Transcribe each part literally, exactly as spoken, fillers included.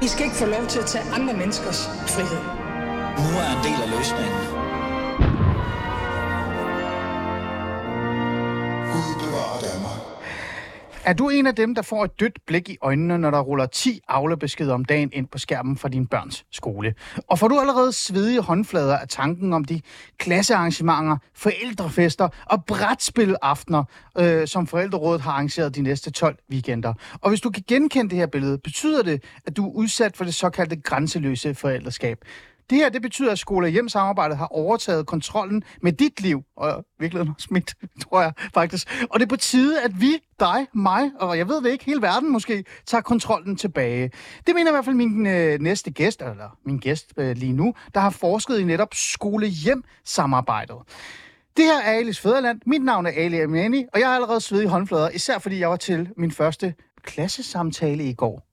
I skal ikke få lov til at tage andre menneskers frihed. Nu er en del af løsningen. Gud bevarer Danmark. Er du en af dem, der får et dødt blik i øjnene, når der ruller ti Aula-beskeder om dagen ind på skærmen fra din børns skole? Og får du allerede svedige håndflader af tanken om de klassearrangementer, forældrefester og brætspilaftener, øh, som Forældrerådet har arrangeret de næste tolv weekender? Og hvis du kan genkende det her billede, betyder det, at du er udsat for det såkaldte grænseløse forældreskab. Det her, det betyder, at skole- og hjem-samarbejdet har overtaget kontrollen med dit liv, og virkelig også mit, tror jeg faktisk. Og det er på tide, at vi, dig, mig, og jeg ved det ikke, hele verden måske, tager kontrollen tilbage. Det mener i hvert fald min øh, næste gæst, eller min gæst øh, lige nu, der har forsket i netop skole-hjem-samarbejdet. Det her er Alis Fædreland. Mit navn er Ali Amani, og jeg har allerede svedet i håndflader, især fordi jeg var til min første klassesamtale i går.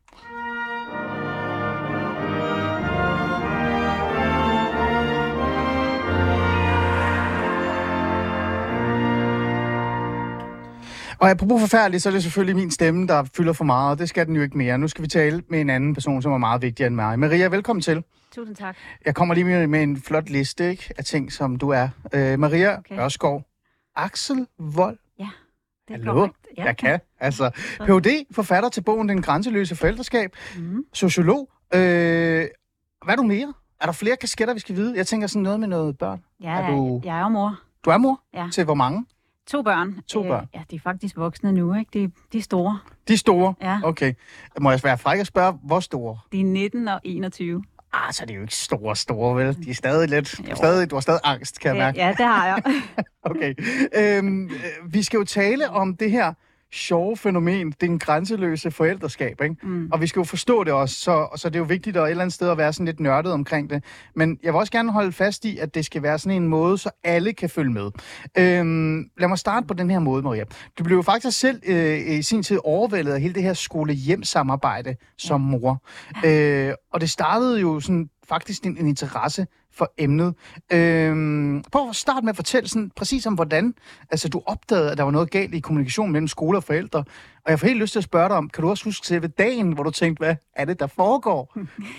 Og apropos forfærdeligt, så er det selvfølgelig min stemme, der fylder for meget, og det skal den jo ikke mere. Nu skal vi tale med en anden person, som er meget vigtigere end mig. Maria, velkommen til. Tusind tak. Jeg kommer lige med, med en flot liste, ikke, af ting, som du er. Uh, Maria okay. Ørskov. Axel Wold. Ja, det er Hallo? korrekt. Ja. Jeg kan. Altså, P H D, forfatter til bogen Den grænseløse forældreskab. Mm. Sociolog. Uh, hvad er du mere? Er der flere kasketter, vi skal vide? Jeg tænker sådan noget med noget børn. Ja, er du... jeg er jo mor. Du er mor? Ja. Til hvor mange? To børn. To børn. Øh, ja, de er faktisk voksne nu, ikke? De, de er store. De er store? Ja. Okay. Må jeg være fræk at spørge, hvor store? De er nitten og enogtyve. Ah, så er det jo ikke store, store, vel? De er stadig lidt... Du, stadig, du har stadig angst, kan jeg mærke. Ja, det har jeg. Okay. Øhm, vi skal jo tale om det her sjove fænomen, den grænseløse forældreskab, ikke? Mm. Og vi skal jo forstå det også, så, så det er jo vigtigt at et eller andet sted at være sådan lidt nørdet omkring det. Men jeg vil også gerne holde fast i, at det skal være sådan en måde, så alle kan følge med. Øhm, lad mig starte på den her måde, Maria. Du blev jo faktisk selv øh, i sin tid overvældet af hele det her skole-hjem-samarbejde som ja. mor. Øh, og det startede jo sådan faktisk en, en interesse for emnet. Øhm, prøv at starte med at fortælle sådan, præcis om, hvordan altså, du opdagede, at der var noget galt i kommunikation mellem skole og forældre. Og jeg får helt lyst til at spørge dig om, kan du også huske selve dagen, hvor du tænkte, hvad er det, der foregår?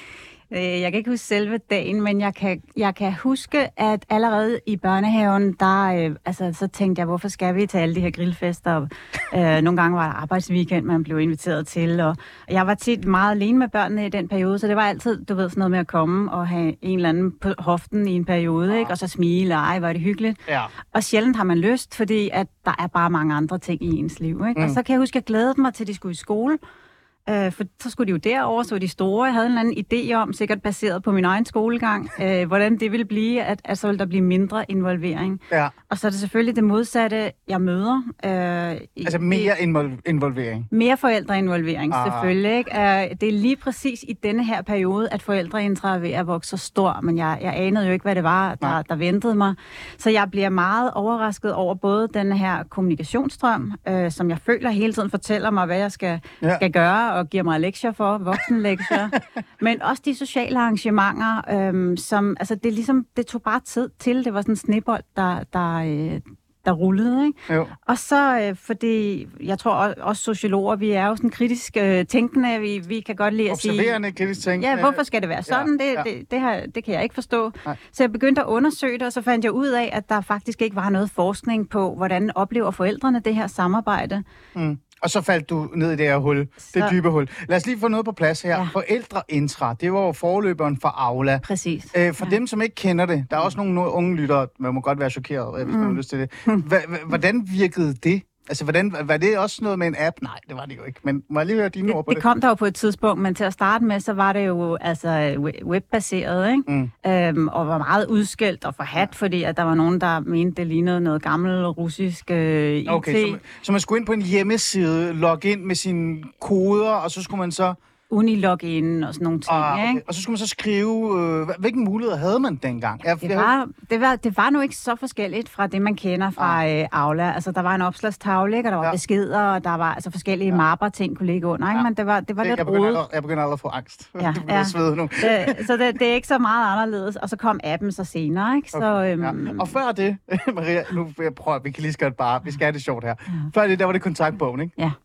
Jeg kan ikke huske selve dagen, men jeg kan, jeg kan huske, at allerede i børnehaven, der, øh, altså, så tænkte jeg, hvorfor skal vi til alle de her grillfester? øh, nogle gange var der arbejdsweekend, man blev inviteret til, og jeg var tit meget alene med børnene i den periode, så det var altid, du ved, sådan noget med at komme og have en eller anden på hoften i en periode, ikke? Og så smile, ej, hvor er det hyggeligt. Ja. Og sjældent har man lyst, fordi at der er bare mange andre ting i ens liv, ikke? Mm. Og så kan jeg huske, at jeg glædede mig til, at de skulle i skole. Øh, for så skulle de jo derover, så var de store. Jeg havde en eller anden idé om, sikkert baseret på min egen skolegang, øh, hvordan det ville blive, at, at så ville der blive mindre involvering. Ja. Og så er det selvfølgelig det modsatte, jeg møder. Øh, altså mere invol- involvering? Mere forældreinvolvering, ah. selvfølgelig. Ikke? Øh, det er lige præcis i denne her periode, at forældreintra er ved at vokse så stor, men jeg, jeg anede jo ikke, hvad det var, der, der ventede mig. Så jeg bliver meget overrasket over både den her kommunikationsstrøm, øh, som jeg føler hele tiden fortæller mig, hvad jeg skal, ja. skal gøre, og giver mig lektier for, voksenlektier, men også de sociale arrangementer, øhm, som, altså det ligesom, det tog bare tid til, det var sådan en snebold, der, der, øh, der rullede, ikke? Jo. Og så, øh, fordi, jeg tror også, også sociologer, vi er jo sådan kritisk øh, tænkende, vi, vi kan godt lide at sige... Observerende, kritisk tænkende. Ja, hvorfor skal det være sådan? Ja, ja. Det, det, det, her, det kan jeg ikke forstå. Nej. Så jeg begyndte at undersøge det, og så fandt jeg ud af, at der faktisk ikke var noget forskning på, hvordan oplever forældrene det her samarbejde. Mm. Og så faldt du ned i det her hul, så... det dybe hul. Lad os lige få noget på plads her. Ja. Forældreintra, det var jo forløberen for Aula. Præcis. Æ, for ja. dem, som ikke kender det, der er også nogle unge lyttere, man må godt være chokeret, hvis mm. man har lyst til det. H- hvordan virkede det? Altså, hvordan, var det også noget med en app? Nej, det var det jo ikke. Men må jeg lige høre dine det, ord på det? Det kom der jo på et tidspunkt, men til at starte med, så var det jo altså webbaseret, ikke? Mm. Øhm, og var meget udskældt og forhat, ja. fordi at der var nogen, der mente, det lignede noget gammel russisk øh, I T. Okay, så man, så man skulle ind på en hjemmeside, logge ind med sine koder, og så skulle man så... Unilogin og sådan nogle ting, ah, okay. ikke? Og så skulle man så skrive, øh, hvilken muligheder havde man dengang? Ja, det, var, det, var, det var nu ikke så forskelligt fra det, man kender fra ah. øh, Aula. Altså, der var en opslagstavle, og der var ja. beskeder, og der var altså forskellige ja. mapper, ting kunne ligge under, ikke? Ja. Men det var, det var det, lidt jeg begynder, rodet. allerede, jeg begynder allerede at få angst. Ja, det begynder ja. at svede nu. det, så det, det er ikke så meget anderledes. Og så kom appen så senere, ikke? Så, okay. øhm... ja. Og før det, Maria, nu jeg prøver, vi kan lige så godt bare, vi skal have det sjovt her. Ja. Før det, der var det kontaktbogen, ikke? Ja.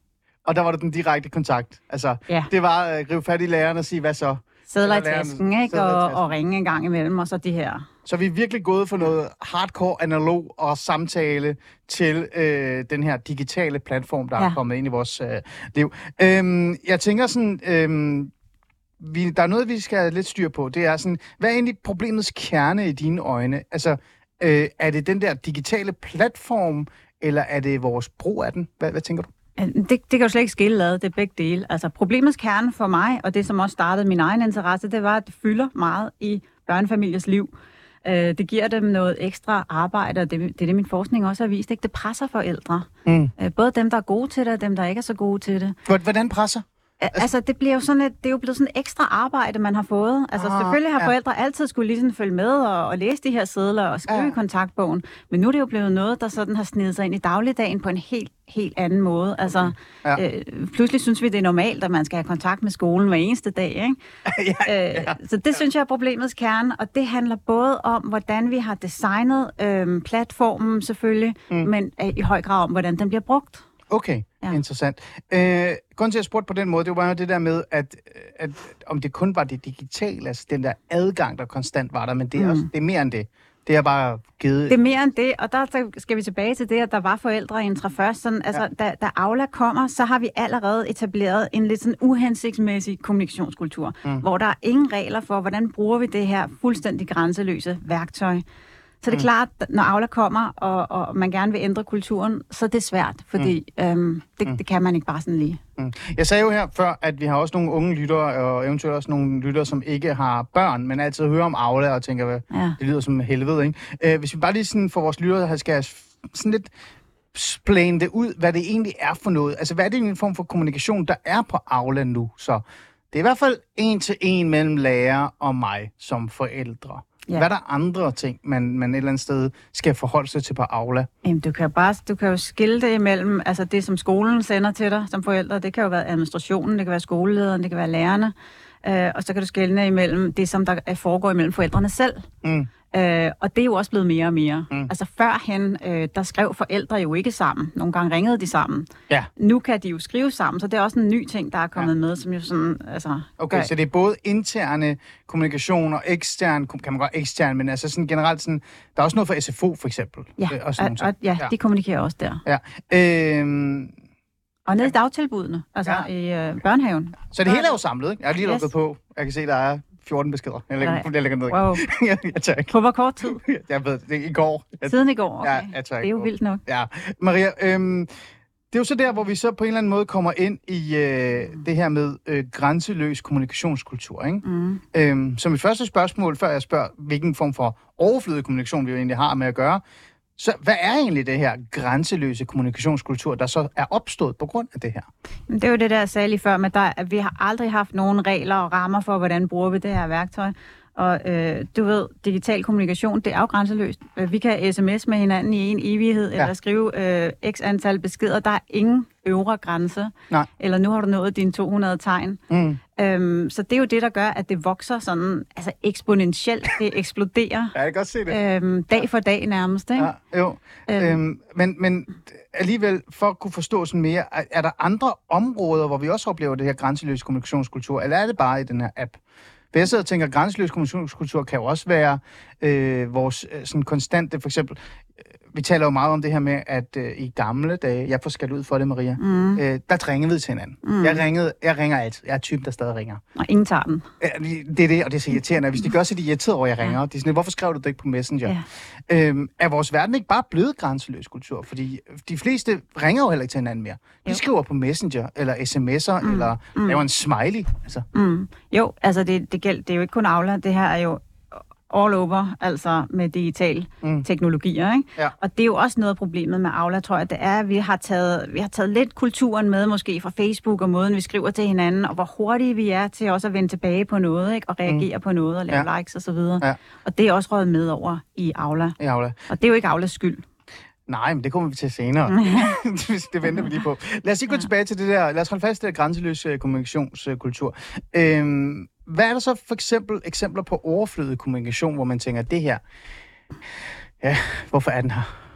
og der var det den direkte kontakt. Altså, Ja. det var at uh, gribe fat i læreren og sige, hvad så? Sædler i Eller læreren- tasken, ikke? sædler i Og, tasken. og ringe en gang imellem, og så de her. Så vi er virkelig gået fra noget hardcore analog og samtale til øh, den her digitale platform, der ja. Ja. er kommet ind i vores øh, liv. Øhm, jeg tænker sådan, øhm, vi, der er noget, vi skal have lidt styr på. Det er sådan, hvad er egentlig problemets kerne i dine øjne? Altså, øh, er det den der digitale platform, eller er det vores brug af den? Hvad, hvad tænker du? Det, det kan jo slet ikke skille ad, det er begge dele. Altså problemets kerne for mig, og det som også startede min egen interesse, det var, at det fylder meget i børnefamiliers liv. Øh, det giver dem noget ekstra arbejde, og det, det er det, min forskning også har vist. Ikke? Det presser forældre. Mm. Øh, både dem, der er gode til det, og dem, der ikke er så gode til det. Hvordan presser? Altså, altså det bliver jo sådan et, det er jo blevet sådan ekstra arbejde, man har fået. Altså ah, selvfølgelig har ja. forældre altid skulle lige sådan følge med og, og læse de her sedler og skrive Ja. i kontaktbogen. Men nu er det jo blevet noget, der sådan har snedet sig ind i dagligdagen på en helt, helt anden måde. Altså Ja. øh, pludselig synes vi, det er normalt, at man skal have kontakt med skolen hver eneste dag, ikke? ja, ja. Øh, så det synes jeg er problemets kerne, og det handler både om, hvordan vi har designet øh, platformen selvfølgelig, mm. men øh, i høj grad om, hvordan den bliver brugt. Okay, ja. Interessant. Øh, grunden til, at jeg spurgte på den måde, det var jo det der med, at, at om det kun var det digitale, altså den der adgang, der konstant var der, men det er, mm. også, det er mere end det. Det er bare givet... Det er mere end det, og der skal vi tilbage til det, at der var forældreintra først. Sådan, altså, ja. da, da Aula kommer, så har vi allerede etableret en lidt sådan uhensigtsmæssig kommunikationskultur, mm. hvor der er ingen regler for, hvordan bruger vi det her fuldstændig grænseløse værktøj. Så det er klart, når Aula kommer, og, og man gerne vil ændre kulturen, så er det svært, fordi mm. øhm, det, det kan man ikke bare sådan lige. Mm. Jeg sagde jo her før, at vi har også nogle unge lyttere, og eventuelt også nogle lyttere, som ikke har børn, men altid hører om Aula og tænker, hvad, Ja. det lyder som helvede, ikke? Øh, hvis vi bare lige sådan for vores lyttere skal sådan lidt splæne det ud, hvad det egentlig er for noget. Altså, hvad er det en form for kommunikation, der er på Aula nu? Så det er i hvert fald en til en mellem lærer og mig som forældre. Ja. Hvad er der andre ting, man, man et eller andet sted skal forholde sig til på Aula? Jamen, du kan jo bare du kan jo skille det imellem, altså det, som skolen sender til dig som forældre, det kan jo være administrationen, det kan være skolelederen, det kan være lærerne, øh, og så kan du skille imellem det, som der foregår imellem forældrene selv. Mm. Øh, og det er jo også blevet mere og mere. Mm. Altså førhen, øh, der skrev forældre jo ikke sammen. Nogle gange ringede de sammen. Ja. Nu kan de jo skrive sammen, så det er også en ny ting, der er kommet ja. med, som jo sådan, altså... Okay, gør... så det er både interne kommunikation og ekstern, kan man godt ekstern, men altså sådan generelt sådan, der er også noget for S F O for eksempel. Ja, øh, og, og, og, ja, ja, de kommunikerer også der. Ja. Øhm... Og ned i dagtilbudene, altså ja. i øh, børnehaven. Så det hele er jo samlet, ikke? Jeg har lige lukket yes. på. Jeg kan se, der er fjorten beskeder. Jeg lægger, jeg lægger ned. Wow. jeg, jeg tør ikke. På hvor kort tid? Jeg ved det. I går. Jeg, Siden i går? Okay. Ja, jeg tør ikke. Det er jo vildt nok. Ja. Maria, øhm, det er jo så der, hvor vi så på en eller anden måde kommer ind i øh, det her med øh, grænseløs kommunikationskultur, ikke? Mm. Øhm, som mit første spørgsmål, før jeg spørger, hvilken form for overflødig kommunikation vi jo egentlig har med at gøre, så hvad er egentlig det her grænseløse kommunikationskultur, der så er opstået på grund af det her? Det er jo det, der jeg sagde lige før, med der, at vi har aldrig haft nogen regler og rammer for, hvordan bruger vi det her værktøj. Og øh, du ved, digital kommunikation, det er jo grænseløst. Vi kan sms med hinanden i en evighed, ja. eller skrive øh, x antal beskeder. Der er ingen øvre grænse. Nej. Eller nu har du nået dine to hundrede tegn. Mm. Øhm, så det er jo det, der gør, at det vokser sådan, altså eksponentielt. Det eksploderer. Ja, jeg kan godt se det. Øhm, dag for dag nærmest, ikke? Ja, jo. Øhm. Øhm, men, men alligevel, for at kunne forstå sådan mere, er, er der andre områder, hvor vi også oplever det her grænseløse kommunikationskultur, eller er det bare i den her app? For jeg sidder og tænker, at grænseløs kommunikationskultur kan jo også være øh, vores øh, sådan konstante, for eksempel, øh, vi taler jo meget om det her med, at øh, i gamle dage, jeg får skældt ud for det, Maria, mm. øh, der ringede vi til hinanden. Mm. Jeg, ringede, jeg ringer altid. Jeg er typen, der stadig ringer. Og ingen tager den. Ja, det er det, og det er så irriterende. Hvis de gør, så de er irriteret over, at jeg ringer. Ja. De er sådan, hvorfor skrev du det ikke på Messenger? Ja. Øhm, er vores verden ikke bare blevet grænseløs kultur? Fordi de fleste ringer jo heller ikke til hinanden mere. De jo. skriver på Messenger, eller sms'er, mm. eller mm. laver en smiley. Altså. Mm. Jo, altså det, det, gæld, det er jo ikke kun Aula, det her er jo all over, altså med digital mm. teknologier, ikke? Ja. Og det er jo også noget af problemet med Aula, tror jeg, det er, at vi har taget, vi har taget lidt kulturen med, måske fra Facebook og måden, vi skriver til hinanden, og hvor hurtige vi er til også at vende tilbage på noget, ikke? Og reagere mm. på noget, og lave ja. likes og så videre. Ja. Og det er også røget med over i Aula. I Aula. Og det er jo ikke Aulas skyld. Nej, men det kommer vi til senere. Det venter vi lige på. Lad os lige gå ja. tilbage til det der, lad os holde fast i det der grænseløse kommunikationskultur. Øhm, Hvad er der så for eksempel eksempler på overflødig kommunikation, hvor man tænker, det her, ja, hvorfor er den her?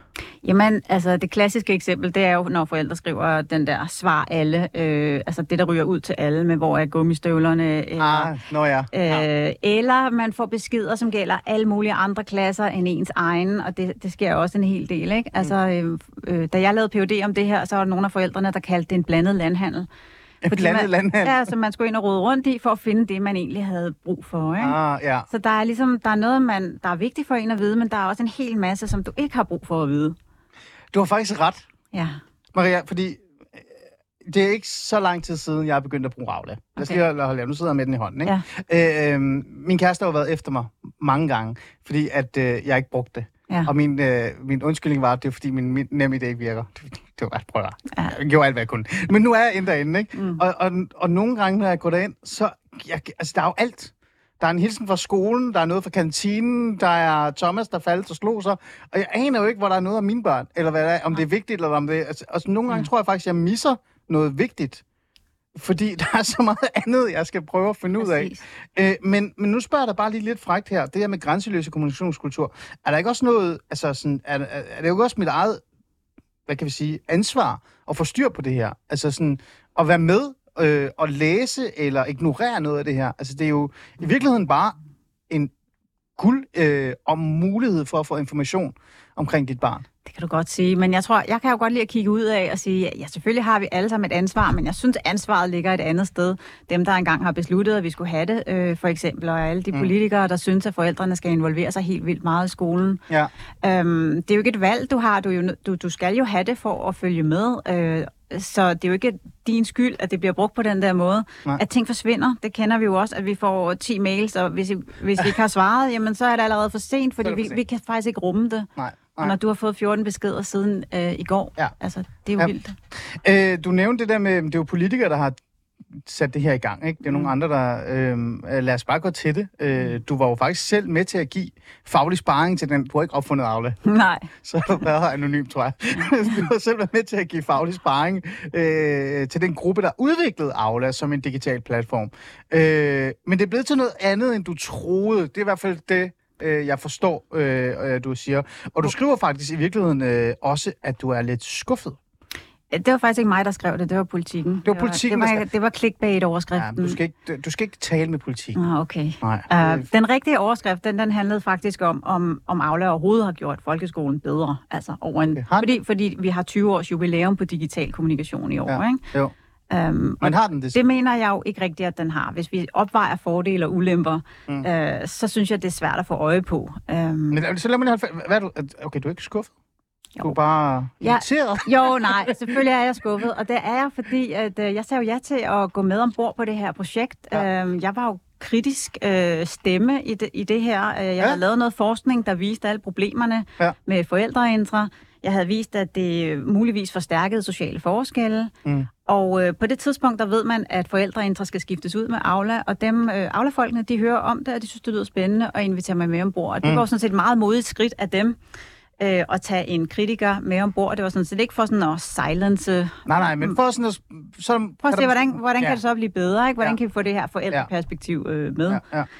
Jamen, altså det klassiske eksempel, det er jo, når forældre skriver den der svar alle, øh, altså det, der ryger ud til alle, med hvor er gummistøvlerne, eller, Ah, nå ja. øh, ja. eller man får beskeder, som gælder alle mulige andre klasser end ens egen, og det, det sker også en hel del, ikke? Altså, øh, øh, da jeg lavede P H D om det her, så var der nogle af forældrene, der kaldte det en blandet landhandel. En blandet landhandel? Ja, så man skulle ind og rode rundt i, for at finde det, man egentlig havde brug for, ikke? Ah, ja. Så der er ligesom, der er noget, man, der er vigtigt for en at vide, men der er også en hel masse, som du ikke har brug for at vide. Du har faktisk ret, Ja. Maria, fordi øh, det er ikke så lang tid siden, jeg er begyndt at bruge Aula. Lad os Okay. lige holde, holde, nu sidder jeg med den i hånden, ikke? Ja. Øh, øh, min kæreste har jo været efter mig mange gange, fordi at øh, jeg ikke brugte det. Ja. Og min, øh, min undskyldning var, at det er fordi min, min NemID ikke virker. Det, det var prøv at Ja. Jeg gjorde alt, hvad jeg kunne. Men nu er jeg inde derinde, ikke? Mm. Og, og, og nogle gange, når jeg går derind, så... Jeg, altså, der er jo alt. Der er en hilsen fra skolen, der er noget fra kantinen, der er Thomas, der faldt og slog sig. Og jeg aner jo ikke, hvor der er noget af mine børn, eller hvad det er, om det er vigtigt, eller om det er... Altså, altså nogle gange Mm. tror jeg faktisk, jeg misser noget vigtigt. Fordi der er så meget andet, jeg skal prøve at finde ud af. Præcis. Øh, men, men nu spørger jeg dig bare lige lidt frækt her. Det her med grænseløse kommunikationskultur. Er der ikke også noget... Altså sådan, er, er, er det jo også mit eget, hvad kan vi sige, ansvar at få styr på det her? Altså sådan, at være med øh, og læse eller ignorere noget af det her. Altså det er jo i virkeligheden bare en guld øh, om mulighed for at få information omkring dit barn. Det kan du godt sige, men jeg tror, jeg kan jo godt lide at kigge ud af og sige, ja, selvfølgelig har vi alle sammen et ansvar, men jeg synes, ansvaret ligger et andet sted. Dem, der engang har besluttet, at vi skulle have det, øh, for eksempel, og alle de Mm. politikere, der synes, at forældrene skal involvere sig helt vildt meget i skolen. Ja. Øhm, det er jo ikke et valg, du har. Du, er jo, nø- du, du skal jo have det for at følge med. Øh, så det er jo ikke din skyld, at det bliver brugt på den der måde. Nej. At ting forsvinder, det kender vi jo også, at vi får ti mails, og hvis, I, hvis vi ikke har svaret, jamen så er det allerede for sent, fordi Så er det vi, for sent. vi kan faktisk ikke rumme det. Nej. Og når du har fået fjorten beskeder siden øh, i går, Ja. altså, det er jo Ja. vildt. Øh, du nævnte det der med, det er jo politikere, der har sat det her i gang, ikke? Det er mm. nogle andre, der... Øh, lad os bare gå til det. Øh, du var jo faktisk selv med til at give faglig sparring til den... Du har ikke opfundet Aula, Nej. så har du været anonym, tror jeg. Du har selv været med til at give faglig sparring øh, til den gruppe, der udviklede Aula som en digital platform. Øh, men det er blevet til noget andet, end du troede. Det er i hvert fald det, øh, jeg forstår, øh, øh, du siger. Og du skriver faktisk i virkeligheden øh, også, at du er lidt skuffet. Det var faktisk ikke mig, der skrev det, det var Politikken. Det var Politikken, det der var, skrev- det var clickbait-overskriften. Ja, du, skal ikke, du skal ikke tale med politik. Ah, okay. Nej. Uh, den rigtige overskrift, den, den handlede faktisk om, om, om Aula overhovedet har gjort folkeskolen bedre. Altså over en, Okay, har den? fordi, fordi vi har tyve års jubilæum på digital kommunikation i år. Ja, Ikke? Jo. Um, Men har den det? det mener jeg jo ikke rigtigt, at den har. Hvis vi opvejer fordele og ulemper, Mm. mm. uh, så synes jeg, det er svært at få øje på. Um, Men, så lad mig lige holde fa- hvad er du? Okay, du er ikke skuffet? Du er Jo. bare Ja. irriteret? Jo, nej, selvfølgelig er jeg skuffet, og det er jeg, fordi at, øh, jeg sagde jo ja til at gå med ombord på det her projekt. Ja. Øh, jeg var jo kritisk øh, stemme i det, i det her. Øh, jeg Ja. havde lavet noget forskning, der viste alle problemerne Ja. med forældreintra. Jeg havde vist, at det muligvis forstærkede sociale forskelle. Mm. Og øh, på det tidspunkt, der ved man, at forældreintra skal skiftes ud med Aula, og dem, øh, Aula-folkene, de hører om det, og de synes, det lyder spændende, og inviterer mig med ombord. Og det Mm. var jo sådan set et meget modigt skridt af dem, øh, at tage en kritiker med ombord. Det var sådan set ikke for sådan at silence. Nej, nej, men for sådan at... Så, Prøv at se, hvordan, hvordan ja. kan det så blive bedre? Ikke? Hvordan Ja. kan vi få det her forældreperspektiv øh, med? Ja, ja.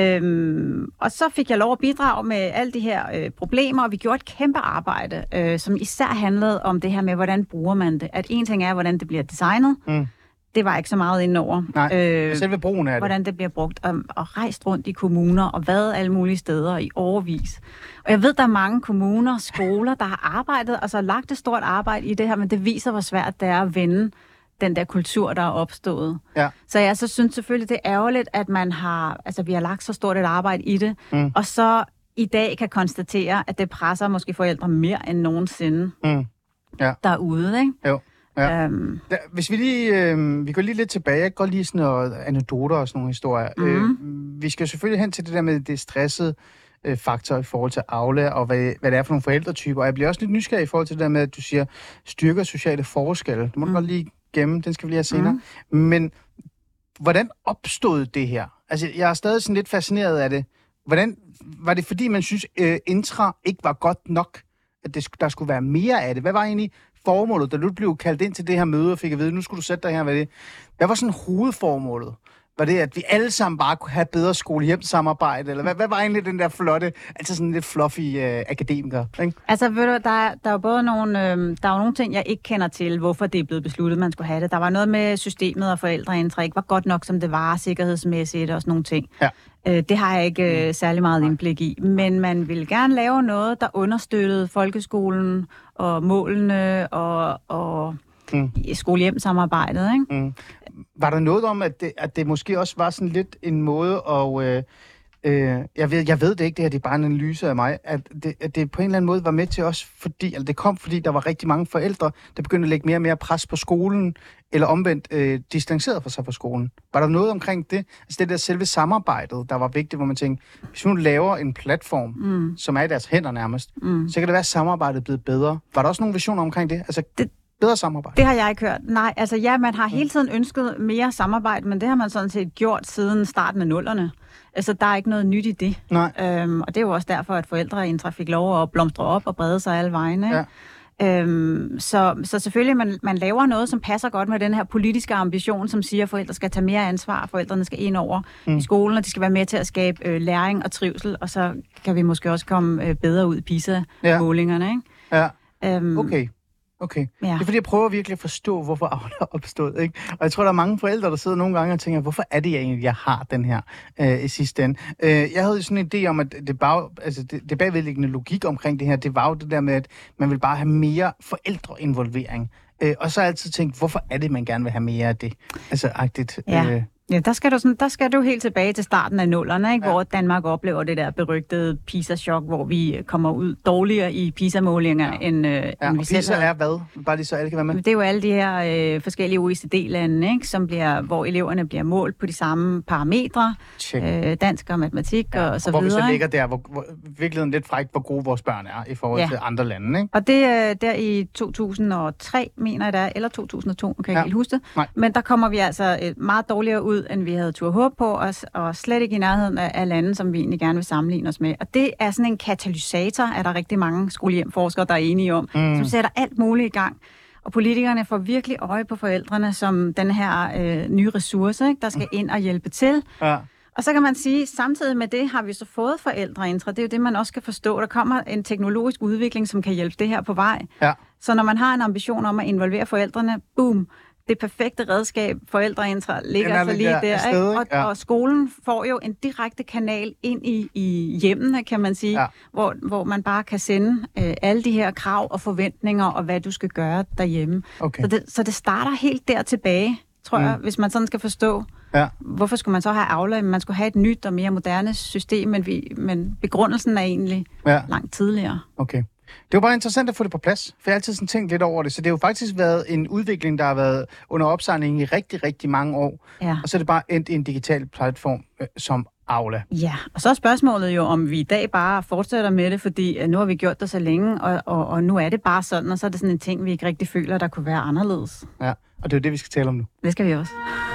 Øhm, og så fik jeg lov at bidrage med alle de her øh, problemer, og vi gjorde et kæmpe arbejde, øh, som især handlede om det her med, hvordan bruger man det. At en ting er, hvordan det bliver designet. Mm. Det var ikke så meget indover. Nej, Øh, selve brugen af det. hvordan det bliver brugt, og, og rejst rundt i kommuner, og været alle mulige steder i årevis. Og jeg ved, der er mange kommuner, skoler, der har arbejdet, altså lagt et stort arbejde i det her, men det viser, hvor svært det er at vende den der kultur, der er opstået. Ja. Så jeg så synes selvfølgelig, det er ærgerligt, at man har, altså vi har lagt så stort et arbejde i det, Mm. og så i dag kan konstatere, at det presser måske forældre mere end nogensinde Mm. Ja. derude, ikke? Jo. Ja. Øhm, Da, hvis vi lige, øh, vi går lige lidt tilbage, jeg går lige sådan noget anekdoter og sådan nogle historier. Mhm. Øh, vi skal selvfølgelig hen til det der med det stressede øh, faktor i forhold til Aula, og hvad, hvad det er for nogle forældretyper. Og jeg bliver også lidt nysgerrig i forhold til det der med, at du siger, styrker sociale forskelle. Det må du Mm. godt lige gemme, den skal vi lige have senere. Mm. Men hvordan opstod det her? Altså, jeg er stadig sådan lidt fascineret af det. Hvordan, var det fordi, man synes, øh, intra ikke var godt nok? At det, der skulle være mere af det? Hvad var egentlig formålet, da du blev kaldt ind til det her møde og fik at vide, nu skulle du sætte dig her, hvad det Hvad var sådan hovedformålet? Var det, at vi alle sammen bare kunne have bedre skole-hjem-samarbejde? Eller hvad, hvad var egentlig den der flotte, altså sådan lidt fluffy øh, akademiker? Ikke? Altså, ved du, der, er, der er jo både nogle, øh, der er jo nogle ting, jeg ikke kender til, hvorfor det er blevet besluttet, man skulle have det. Der var noget med systemet og forældreindtræk, var godt nok, som det var, sikkerhedsmæssigt og sådan nogle ting. Ja. Øh, det har jeg ikke øh, særlig meget indblik i. Men man ville gerne lave noget, der understøttede folkeskolen og målene og... og Mm. i skole-hjem-samarbejdet, ikke? Mm. Var der noget om, at det, at det måske også var sådan lidt en måde, og øh, øh, jeg, ved, jeg ved det ikke, det her det er bare en analyse af mig, at det, at det på en eller anden måde var med til os, fordi, eller det kom, fordi der var rigtig mange forældre, der begyndte at lægge mere og mere pres på skolen, eller omvendt øh, distanceret for sig fra skolen. Var der noget omkring det? Altså det der selve samarbejdet, der var vigtigt, hvor man tænkte, hvis nu laver en platform, mm. som er i deres hænder nærmest, mm. så kan det være, at samarbejdet er blevet bedre. Var der også nogle visioner omkring det? Altså det bedre samarbejde? Det har jeg ikke hørt. Nej, altså ja, man har hele tiden ønsket mere samarbejde, men det har man sådan set gjort siden starten af nullerne. Altså, der er ikke noget nyt i det. Nej. Øhm, og det er jo også derfor, at forældreintra fik lov at blomstre op og brede sig alle vegne. Ikke? Ja. Øhm, så, så selvfølgelig, man, man laver noget, som passer godt med den her politiske ambition, som siger, at forældre skal tage mere ansvar, forældrene skal ind over mm. i skolen, og de skal være med til at skabe øh, læring og trivsel, og så kan vi måske også komme øh, bedre ud i PISA-målingerne. Ja. Ikke? Ja. Øhm, okay. Okay. Ja. Det er fordi, jeg prøver virkelig at forstå, hvorfor Aula er opstået. Ikke? Og jeg tror, der er mange forældre, der sidder nogle gange og tænker, hvorfor er det jeg egentlig, jeg har den her øh, i sidste ende? Øh, jeg havde sådan en idé om, at det, bag, altså det, det bagvedliggende logik omkring det her, det var jo det der med, at man vil bare have mere forældreinvolvering. Øh, og så har jeg altid tænkt, hvorfor er det, man gerne vil have mere af det? Altså, agtigt. Ja. Øh, Ja, der skal, du sådan, der skal du helt tilbage til starten af nullerne, ikke? Ja. Hvor Danmark oplever det der berygtede PISA-chok, hvor vi kommer ud dårligere i PISA-målinger, ja. end, øh, ja, end vi PISA selv er hvad? Bare lige så alle kan være med. Det er jo alle de her øh, forskellige O E C D-lande, ikke? Som bliver, hvor eleverne bliver målt på de samme parametre, øh, dansk og matematik ja, og så og videre. Hvor vi så ligger der, hvor, hvor virkeligheden lidt frækt, hvor gode vores børn er i forhold ja. til andre lande, ikke? Og det er der i to tusind og tre, mener jeg der, eller to tusind og to, kan jeg ja. ikke helt huske det. Nej. Men der kommer vi altså meget dårligere ud, end vi havde tur håb på os, og slet ikke i nærheden af, af lande, som vi egentlig gerne vil sammenligne os med. Og det er sådan en katalysator, er der rigtig mange skolehjemforskere, der er enige om, mm. som sætter alt muligt i gang. Og politikerne får virkelig øje på forældrene som den her øh, nye ressource, ikke, der skal ind og hjælpe til. Ja. Og så kan man sige, samtidig med det har vi så fået forældreintra. Det er jo det, man også skal forstå. Der kommer en teknologisk udvikling, som kan hjælpe det her på vej. Ja. Så når man har en ambition om at involvere forældrene, boom, det perfekte redskab, forældreintra, ligger så lige der, der sted, ikke? Og, ja. og skolen får jo en direkte kanal ind i, i hjemmene, kan man sige, ja. hvor, hvor man bare kan sende øh, alle de her krav og forventninger, og hvad du skal gøre derhjemme. Okay. Så, det, så det starter helt der tilbage, tror mm. jeg, hvis man sådan skal forstå. Ja. Hvorfor skulle man så have Aula? Man skulle have et nyt og mere moderne system, men, vi, men begrundelsen er egentlig ja. langt tidligere. Okay. Det var bare interessant at få det på plads, for jeg har altid sådan tænkt lidt over det. Så det har jo faktisk været en udvikling, der har været under opsejling i rigtig, rigtig mange år. Ja. Og så er det bare endt i en digital platform øh, som Aula. Ja, og så er spørgsmålet jo, om vi i dag bare fortsætter med det, fordi nu har vi gjort det så længe, og, og, og nu er det bare sådan, og så er det sådan en ting, vi ikke rigtig føler, der kunne være anderledes. Ja, og det er jo det, vi skal tale om nu. Det skal vi også.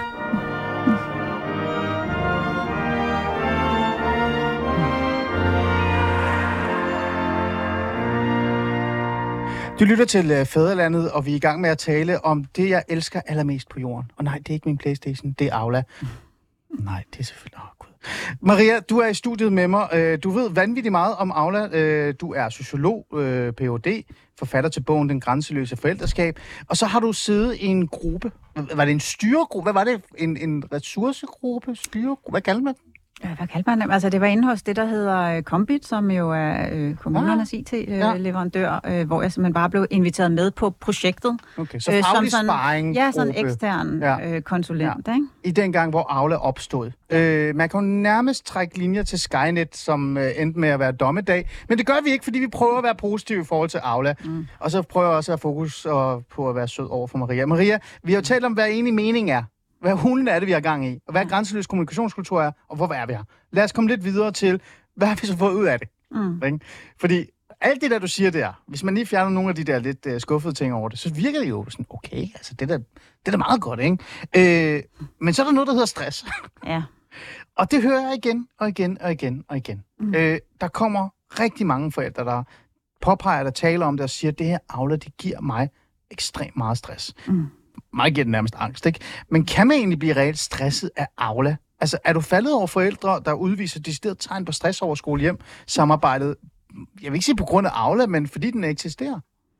Du lytter til uh, Fædrelandet, og vi er i gang med at tale om det, jeg elsker allermest på jorden. Og nej, det er ikke min PlayStation, det er Aula. Mm. Nej, det er selvfølgelig... Åh, Gud. Maria, du er i studiet med mig. Uh, du ved vanvittigt meget om Aula. Uh, du er sociolog, uh, P H D, forfatter til bogen Den grænseløse forældreskab. Og så har du siddet i en gruppe. Var det en styregruppe? Hvad var det? En, en ressourcegruppe? Styregruppe? Hvad kalder man det? Hvad kalder man det? Altså, det var inde hos det, der hedder Kombit, som jo er øh, kommunernes ah, I T-leverandør, øh, ja. hvor jeg simpelthen bare blev inviteret med på projektet. Okay, så faglig sparring. Ja, sådan en ekstern ja. øh, konsulent. Ja. Ikke? I den gang, hvor Aula opstod. Ja. Øh, man kan jo nærmest trække linjer til Skynet, som øh, endte med at være dommedag. Men det gør vi ikke, fordi vi prøver at være positive i forhold til Aula. Mm. Og så prøver jeg også at have fokus og, på at være sød over for Maria. Maria, vi har jo talt om, hvad egentlig mening er. Hvad hulen er det, vi har gang i? Og hvad grænseløs kommunikationskultur er? Og hvor er vi her? Lad os komme lidt videre til, hvad har vi så fået ud af det? Mm. Fordi alt det der, du siger der, hvis man lige fjerner nogle af de der lidt uh, skuffede ting over det, så virker det jo sådan, okay, altså det der, det er da meget godt, ikke? Øh, men så er der noget, der hedder stress. Ja. Og det hører jeg igen og igen og igen og igen. Mm. Øh, der kommer rigtig mange forældre, der påpeger, der taler om det og siger, at det her Aula, det giver mig ekstremt meget stress. Mm. meget giver det nærmest angst, ikke? Men kan man egentlig blive reelt stresset af Aula? Altså, er du faldet over forældre, der udviser decideret tegn på stress over skole-hjem-samarbejdet? Jeg vil ikke sige på grund af Aula, men fordi den eksisterer?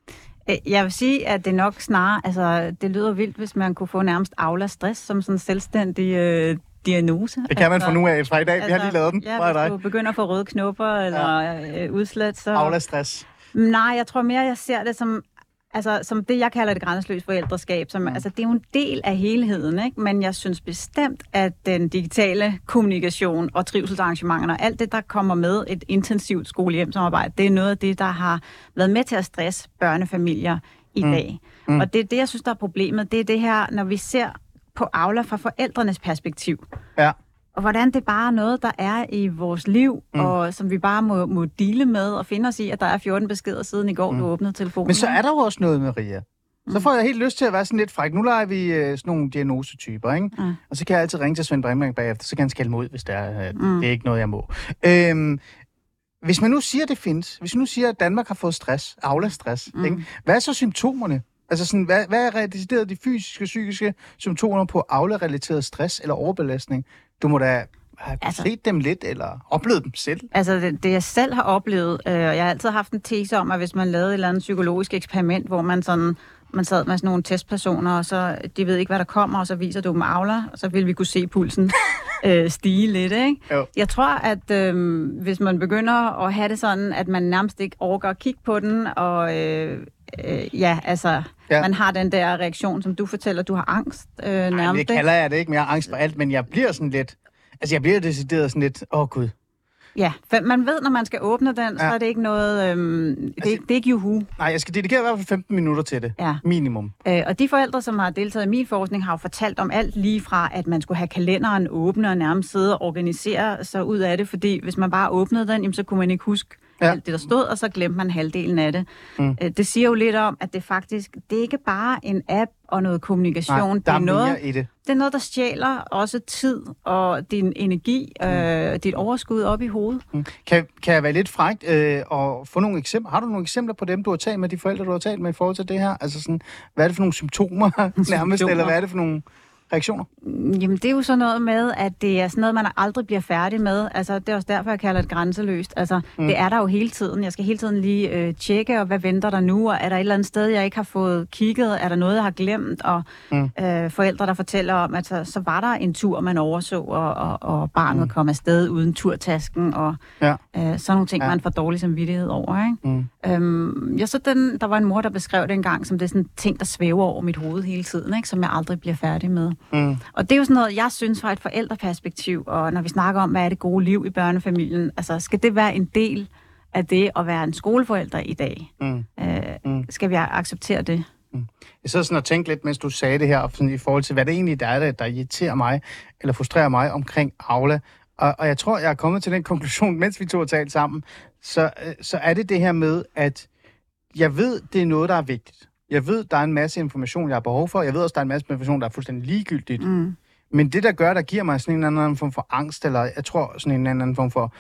Jeg vil sige, at det nok snarere, altså det lyder vildt, hvis man kunne få nærmest Aula-stress som sådan en selvstændig øh, diagnose. Det kan man altså, fra nu af, fra i dag. Altså, vi har lige lavet den. Ja, hvis du begynder at få røde knopper eller ja. øh, udslæt, så... Aula-stress. Nej, jeg tror mere, jeg ser det som... Altså, som det, jeg kalder det grænseløst forældreskab, som, mm. altså, det er jo en del af helheden, ikke? Men jeg synes bestemt, at den digitale kommunikation og trivselsarrangementerne og alt det, der kommer med et intensivt skole-hjem-samarbejde, det er noget af det, der har været med til at stresse børnefamilier i mm. dag. Mm. Og det er det, jeg synes, der er problemet. Det er det her, når vi ser på Aula fra forældrenes perspektiv. Ja. Og hvordan det bare er noget, der er i vores liv, mm. og som vi bare må, må dele med og finde os i, at der er fjorten beskeder siden i går, mm. du åbnede telefonen. Men så er der jo også noget, Maria. Så får jeg helt lyst til at være sådan lidt fræk. Nu leger vi øh, sådan nogle diagnosetyper, ikke? Mm. Og så kan jeg altid ringe til Svend Brinkmann bagefter, så kan han skælde mig ud, hvis det er, øh, mm. det er ikke noget, jeg må. Øhm, hvis man nu siger, det findes, hvis man nu siger, at Danmark har fået stress, Aula-stress, mm. ikke? Hvad er så symptomerne? Altså sådan, hvad, hvad er realiseret de fysiske og psykiske symptomer på Aula-relateret stress eller overbelastning? Du må da have altså, set dem lidt, eller oplevet dem selv? Altså, det, det jeg selv har oplevet, øh, jeg har altid haft en tese om, at hvis man lavede et eller andet psykologisk eksperiment, hvor man sådan, man sad med sådan nogle testpersoner, og så, de ved ikke, hvad der kommer, og så viser du dem Aula, og så vil vi kunne se pulsen øh, stige lidt, ikke? Jo. Jeg tror, at øh, hvis man begynder at have det sådan, at man nærmest ikke overgår at kigge på den, og øh, øh, ja, altså... Ja. Man har den der reaktion, som du fortæller, du har angst øh, nærmest. Nej, det kalder jeg det ikke, men jeg har angst for alt, men jeg bliver sådan lidt, altså jeg bliver decideret sådan lidt, åh oh, gud. Ja, for man ved, når man skal åbne den, ja. Så er det ikke noget, øhm, det, altså, det er ikke juhu. Nej, jeg skal dedikere i hvert fald femten minutter til det, ja. Minimum. Øh, og de forældre, som har deltaget i min forskning, har jo fortalt om alt lige fra, at man skulle have kalenderen åbne og nærmest sidde og organisere sig ud af det, fordi hvis man bare åbnede den, jamen, så kunne man ikke huske ja. Alt det, der stod, og så glemte man halvdelen af det. Mm. Øh, det siger jo lidt om, at det faktisk, det er ikke bare en app og noget kommunikation. Nej, der er, det er noget, mere i det. Det er noget, der stjæler også tid og din energi, mm. øh, dit overskud op i hovedet. Mm. Kan, kan jeg være lidt frækt øh, og få nogle eksempler? Har du nogle eksempler på dem, du har talt med, de forældre, du har talt med i forhold til det her? Altså sådan, hvad er det for nogle symptomer nærmest, symptomer. Eller hvad er det for nogle reaktioner? Jamen, det er jo sådan noget med, at det er sådan noget, man aldrig bliver færdig med. Altså, det er også derfor, jeg kalder det grænseløst. Altså, mm. det er der jo hele tiden. Jeg skal hele tiden lige øh, tjekke, og hvad venter der nu? Og er der et eller andet sted, jeg ikke har fået kigget? Er der noget, jeg har glemt? Og øh, forældre, der fortæller om, at så, så var der en tur, man overså, og, og, og barnet mm. kom afsted uden turtasken, og ja. øh, sådan nogle ting, ja. Man får dårlig samvittighed over, ikke? Mm. Øhm, jeg så den, der var en mor, der beskrev det engang, som det er sådan ting, der svæver over mit hoved hele tiden, ikke? Som jeg aldrig bliver færdig med. Mm. Og det er jo sådan noget, jeg synes fra et forældreperspektiv, og når vi snakker om, hvad er det gode liv i børnefamilien, altså skal det være en del af det at være en skoleforælder i dag? Mm. Øh, mm. Skal vi acceptere det? Mm. Jeg sidder sådan og tænkte lidt, mens du sagde det her, sådan i forhold til, hvad det egentlig er, der, der irriterer mig, eller frustrerer mig omkring Aula. Og, og jeg tror, jeg er kommet til den konklusion, mens vi to har talt sammen, så, så er det det her med, at jeg ved, det er noget, der er vigtigt. Jeg ved, der er en masse information, jeg har behov for. Jeg ved også, der er en masse information, der er fuldstændig ligegyldigt. Mm. Men det, der gør, der giver mig sådan en eller anden form for angst, eller jeg tror sådan en eller anden form for,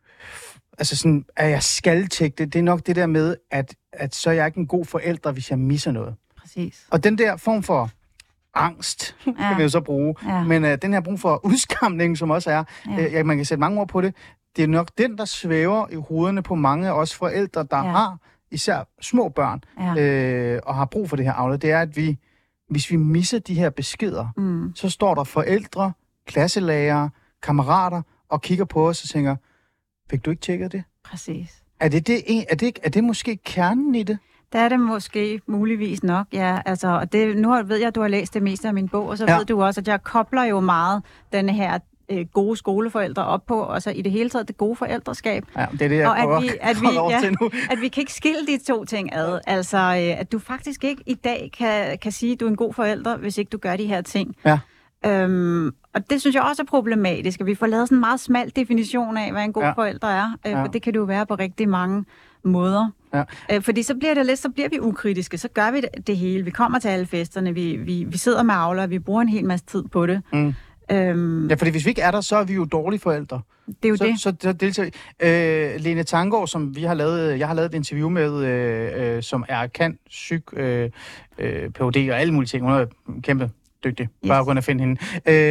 altså sådan, at jeg skal tjekke det, det er nok det der med, at, at så er jeg ikke en god forælder, hvis jeg misser noget. Præcis. Og den der form for angst, ja. Kan vi jo så bruge, ja. Men uh, den her brug for udskamning, som også er, ja. uh, man kan sætte mange ord på det, det er nok den, der svæver i hovederne på mange af os forældre, der ja. Har især små børn, ja. øh, og har brug for det her Aula, det er, at vi, hvis vi misser de her beskeder, mm. så står der forældre, klasselærere, kammerater, og kigger på os og tænker, fik du ikke tjekket det? Præcis. Er det, det, er det, er det måske kernen i det? Det er det måske muligvis nok, ja. Altså, og det, nu ved jeg, at du har læst det meste af min bog, og så ja. Ved du også, at jeg kobler jo meget denne her gode skoleforældre op på, og så i det hele taget det gode forældreskab. Ja, det er det, jeg og at vi, at vi, ja, at vi kan ikke skille de to ting ad. Altså, at du faktisk ikke i dag kan, kan sige, at du er en god forælder, hvis ikke du gør de her ting. Ja. Øhm, og det synes jeg også er problematisk, at vi får lavet sådan en meget smal definition af, hvad en god ja. Forælder er. Øh, ja. For det kan det jo være på rigtig mange måder. Ja. Øh, fordi så bliver det lidt, så bliver vi ukritiske, så gør vi det, det hele. Vi kommer til alle festerne, vi, vi, vi sidder med Aula, vi bruger en hel masse tid på det. Mm. Øhm, Ja, fordi hvis vi ikke er der, så er vi jo dårlige forældre. det er jo så, det. Så, så deltager øh, Lene Tanggaard, som vi har lavet, jeg har lavet et interview med, øh, øh, som er kan psyk, øh, øh, P H D og alle mulige ting. Hun er kæmpe dygtig. Yes. Bare kun at finde hende.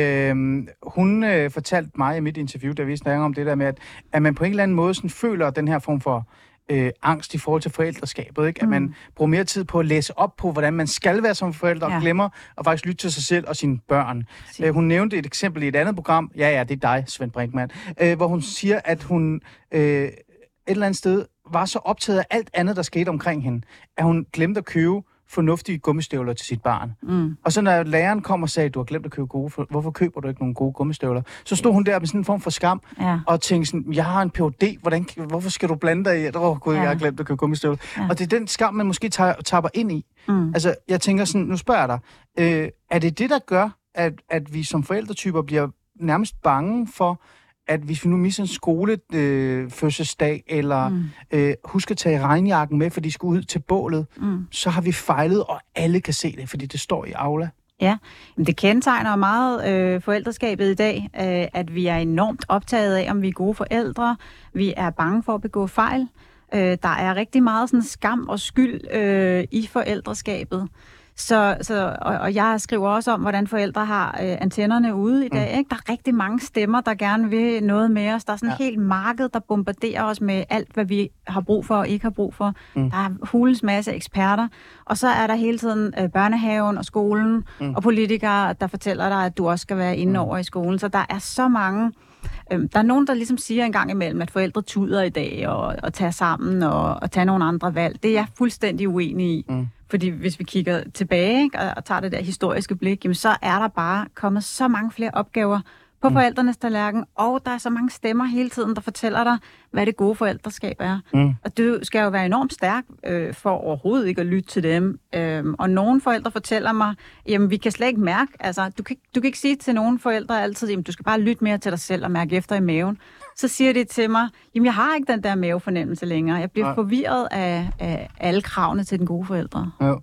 Øh, hun øh, fortalte mig i mit interview, da vi snakker om det der med, at, at man på en eller anden måde sådan føler den her form for øh, angst i forhold til forældreskabet. Ikke? At Mm. man bruger mere tid på at læse op på, hvordan man skal være som forældre, ja. og glemmer at faktisk lytte til sig selv og sine børn. Øh, hun nævnte et eksempel i et andet program. Ja, ja, det er dig, Svend Brinkmann. Øh, hvor hun siger, at hun øh, et eller andet sted var så optaget af alt andet, der skete omkring hende, at hun glemte at købe fornuftige gummistøvler til sit barn. Mm. Og så når læreren kom og sagde, du har glemt at købe gode, for, hvorfor køber du ikke nogle gode gummistøvler? Så stod hun der med sådan en form for skam, Ja. og tænkte sådan, jeg har en P H D, hvordan, hvorfor skal du blande dig i? Åh oh, gud, ja. jeg har glemt at købe gummistøvler. Ja. Og det er den skam, man måske tager, tapper ind i. Mm. Altså, jeg tænker sådan, nu spørger jeg dig, øh, er det det, der gør, at, at vi som forældretyper bliver nærmest bange for, at hvis vi nu misser en skolefødselsdag, øh, eller mm. øh, husker at tage regnjakken med, for de skal ud til bålet, mm. så har vi fejlet, og alle kan se det, fordi det står i Aula. Ja, men det kendetegner meget øh, forældreskabet i dag, øh, at vi er enormt optaget af, om vi er gode forældre. Vi er bange for at begå fejl. Øh, der er rigtig meget sådan skam og skyld øh, i forældreskabet. Så, så, og, og jeg skriver også om, hvordan forældre har øh, antennerne ude i dag. Mm. Ikke? Der er rigtig mange stemmer, der gerne vil noget med os. Der er sådan et ja. helt marked, der bombarderer os med alt, hvad vi har brug for og ikke har brug for. Mm. Der er hulens masse eksperter. Og så er der hele tiden øh, børnehaven og skolen mm. og politikere, der fortæller dig, at du også skal være inde mm. over i skolen. Så der er så mange... Øhm, der er nogen, der ligesom siger en gang imellem, at forældre tuder i dag og, og tager sammen og, og tager nogle andre valg. Det er jeg fuldstændig uenig i. Mm. Fordi hvis vi kigger tilbage, ikke, og, og tager det der historiske blik, jamen, så er der bare kommet så mange flere opgaver på mm. forældrenes tallerken, og der er så mange stemmer hele tiden, der fortæller dig, hvad det gode forældreskab er. Mm. Og du skal jo være enormt stærk øh, for overhovedet ikke at lytte til dem. Øhm, og nogle forældre fortæller mig, jamen vi kan slet ikke mærke, altså du kan, du kan ikke sige til nogle forældre altid, jamen du skal bare lytte mere til dig selv og mærke efter i maven. Så siger de til mig, jamen jeg har ikke den der mavefornemmelse længere. Jeg bliver ja. forvirret af, af alle kravene til den gode forældre. Ja.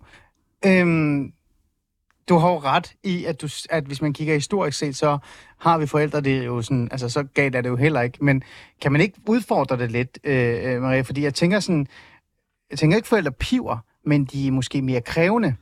Øhm, du har jo ret i, at, du, at hvis man kigger historisk set, så har vi forældre, det er jo sådan, altså så galt er det jo heller ikke, men kan man ikke udfordre det lidt, øh, Maria? Fordi jeg tænker sådan, jeg tænker ikke forældre piver, men de er måske mere krævende.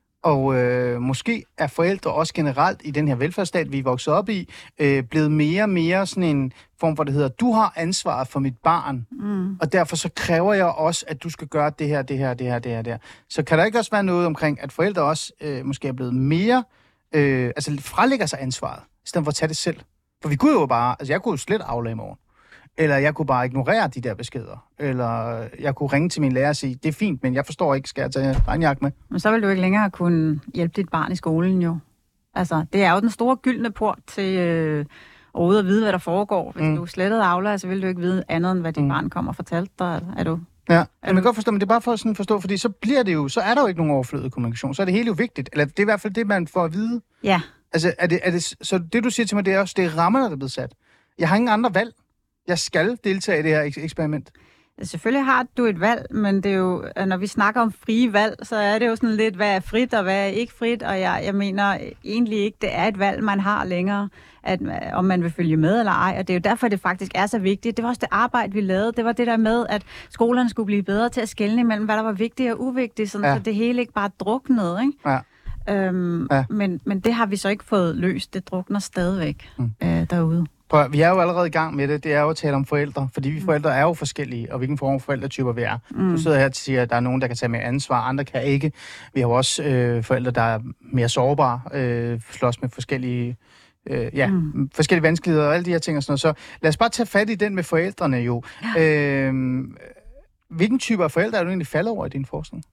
Og øh, måske er forældre også generelt i den her velfærdsstat, vi er vokset op i, øh, blevet mere og mere sådan en form, hvor det hedder, du har ansvaret for mit barn, mm. og derfor så kræver jeg også, at du skal gøre det her, det her, det her, det her, det her. Så kan der ikke også være noget omkring, at forældre også øh, måske er blevet mere, øh, altså fralægger sig ansvaret, i stedet for at tage det selv? For vi kunne jo bare, altså jeg kunne jo slet aflade i morgen. Eller jeg kunne bare ignorere de der beskeder. Eller jeg kunne ringe til min lærer og sige, det er fint, men jeg forstår ikke, skal jeg tage regnjakke med? Men så vil du ikke længere kunne hjælpe dit barn i skolen jo. Altså, det er jo den store gyldne port til øh, overhovedet at vide, hvad der foregår. Hvis mm. du slettede Aula, så vil du ikke vide andet, end hvad dit mm. barn kommer og fortalte dig. Er du... Ja, er jeg kan godt forstå, men det er bare for at sådan forstå, fordi så bliver det jo, så er der jo ikke nogen overflødig kommunikation. Så er det hele jo vigtigt. Eller det er i hvert fald det, man får at vide. Ja. Altså, er det, er det, så det, du siger til mig, det er også, det er rammerne, der er blevet sat. Jeg har ingen andre valg. Jeg skal deltage i det her eksperiment. Selvfølgelig har du et valg, men det er jo, når vi snakker om frie valg, så er det jo sådan lidt, hvad er frit og hvad er ikke frit, og jeg, jeg mener egentlig ikke, det er et valg, man har længere, at, om man vil følge med eller ej, og det er jo derfor, det faktisk er så vigtigt. Det var også det arbejde, vi lavede. Det var det der med, at skolerne skulle blive bedre til at skelne imellem, hvad der var vigtigt og uvigtigt, sådan, ja. så det hele ikke bare druknede, ikke? Ja. Øhm, ja. men, men det har vi så ikke fået løst. Det drukner stadigvæk mm. øh, derude. Prøv, vi er jo allerede i gang med det. Det er jo at tale om forældre, fordi vi forældre er jo forskellige, og hvilken form for forældretyper vi er. Mm. Du sidder her og siger, at der er nogen, der kan tage mere ansvar, andre kan ikke. Vi har jo også øh, forældre, der er mere sårbare, øh, slås med forskellige, øh, ja, mm. forskellige vanskeligheder og alle de her ting og sådan noget. Så lad os bare tage fat i den med forældrene jo. Ja. Øh, hvilken type af forældre er du egentlig faldet over i din forskning?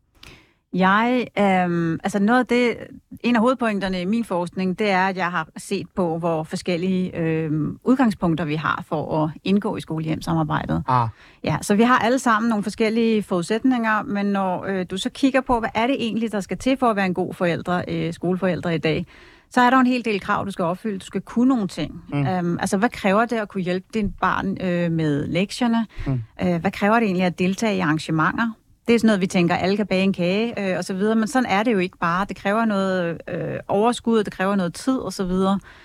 Jeg, øh, altså noget af det, en af hovedpointerne i min forskning, det er, at jeg har set på, hvor forskellige øh, udgangspunkter vi har for at indgå i skole-hjem-samarbejdet. Ah. Ja, så vi har alle sammen nogle forskellige forudsætninger, men når øh, du så kigger på, hvad er det egentlig, der skal til for at være en god forældre, øh, skoleforældre i dag, så er der en hel del krav, du skal opfylde. Du skal kunne nogle ting. Mm. Øhm, altså, hvad kræver det at kunne hjælpe dit barn øh, med lektierne? Mm. Øh, hvad kræver det egentlig at deltage i arrangementer? Det er sådan noget, vi tænker, alle kan bage en kage øh, og så videre, men sådan er det jo ikke bare. Det kræver noget øh, overskud, det kræver noget tid og så videre.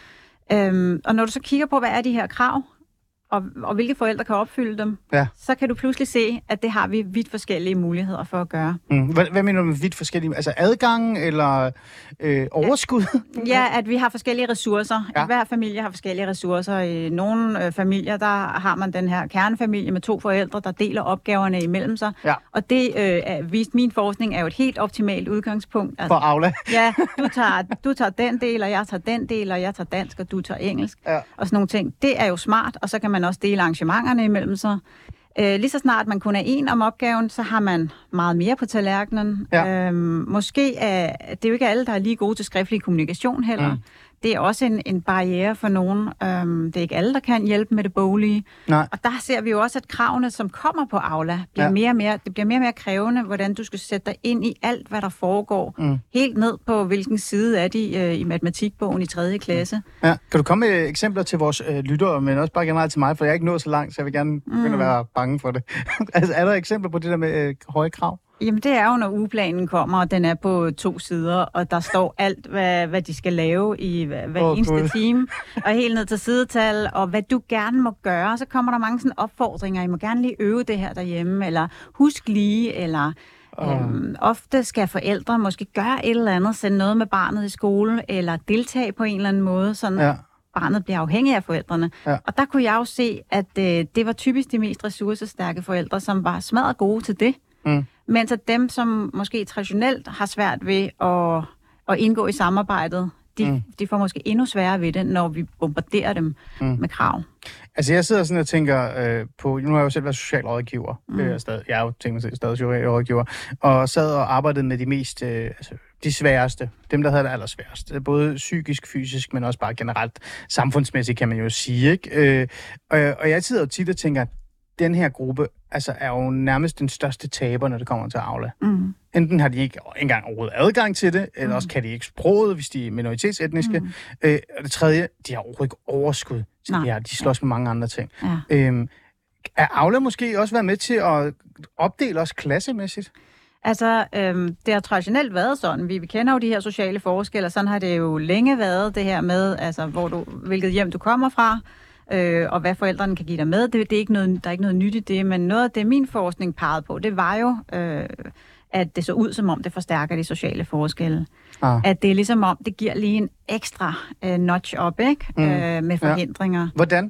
Øhm, og når du så kigger på, hvad er de her krav, og, og hvilke forældre kan opfylde dem, ja. så kan du pludselig se, at det har vi vidt forskellige muligheder for at gøre. Mm. Hvad, hvad mener du med vidt forskellige? Altså adgang eller øh, overskud? Ja, at vi har forskellige ressourcer. Ja. Hver familie har forskellige ressourcer. I nogle øh, familier, der har man den her kernefamilie med to forældre, der deler opgaverne imellem sig. Ja. Og det, øh, er, vist min forskning, er jo et helt optimalt udgangspunkt. Altså, For Aula? Ja, du tager, du tager den del, og jeg tager den del, og jeg tager dansk, og du tager engelsk. Ja. Og sådan nogle ting. Det er jo smart, og så kan man også dele arrangementerne imellem sig. Øh, lige så snart man kun er en om opgaven, så har man meget mere på tallerkenen. Ja. Øhm, måske er det er jo ikke alle, der er lige gode til skriftlig kommunikation heller. Mm. Det er også en, en barriere for nogen. Øhm, det er ikke alle, der kan hjælpe med det boglige. Nej. Og der ser vi jo også, at kravene, som kommer på Aula, bliver ja. mere og mere, det bliver mere og mere krævende, hvordan du skal sætte dig ind i alt, hvad der foregår. Mm. Helt ned på, hvilken side er de øh, i matematikbogen i tredje klasse. Ja. Kan du komme med eksempler til vores øh, lyttere, men også bare generelt til mig, for jeg er ikke nået så langt, så jeg vil gerne begynde mm. at være bange for det. Altså, er der eksempler på det der med øh, høje krav? Jamen, det er jo, når ugeplanen kommer, og den er på to sider, og der står alt, hvad, hvad de skal lave i hver oh, eneste God. time, og helt ned til sidetal, og hvad du gerne må gøre. Så kommer der mange sådan opfordringer. I må gerne lige øve det her derhjemme, eller husk lige, eller oh. øhm, ofte skal forældre måske gøre et eller andet, sende noget med barnet i skole, eller deltage på en eller anden måde, sådan ja. barnet bliver afhængig af forældrene. Ja. Og der kunne jeg jo se, at øh, det var typisk de mest ressourcestærke forældre, som var smadret gode til det. Mm. Mens at dem, som måske traditionelt har svært ved at, at indgå i samarbejdet, de, mm. de får måske endnu sværere ved det, når vi bombarderer dem mm. med krav. Altså jeg sidder sådan og tænker øh, på, nu har jeg jo selv været socialrådgiver, mm. øh, stadig, jeg er jo tænkt mig selv stadig socialrådgiver, og sad og arbejdede med de mest, øh, altså de sværeste, dem der havde det allersværeste, både psykisk, fysisk, men også bare generelt samfundsmæssigt, kan man jo sige, ikke? Øh, og, og jeg sidder jo tit og tænker, den her gruppe altså, er jo nærmest den største taber, når det kommer til Aula. Mm. Enten har de ikke engang overhovedet adgang til det, eller mm. også kan de ikke sproget, hvis de er minoritetsetniske. Mm. Øh, og det tredje, de har overhovedet ikke overskud til det her. De slås med mange andre ting. Ja. Øhm, er Aula måske også været med til at opdele os klassemæssigt? Altså, øhm, det har traditionelt været sådan. Vi, vi kender jo de her sociale forskelle, og sådan har det jo længe været, det her med, altså, hvor du, hvilket hjem du kommer fra, Øh, og hvad forældrene kan give dig med. Det, det er ikke noget, der er ikke noget nyt i det, men noget af det, min forskning pegede på, det var jo, øh, at det så ud, som om det forstærker de sociale forskelle. Ah. At det er ligesom om, det giver lige en ekstra øh, notch op, ikke? Mm. Øh, med forhindringer. Ja. Hvordan?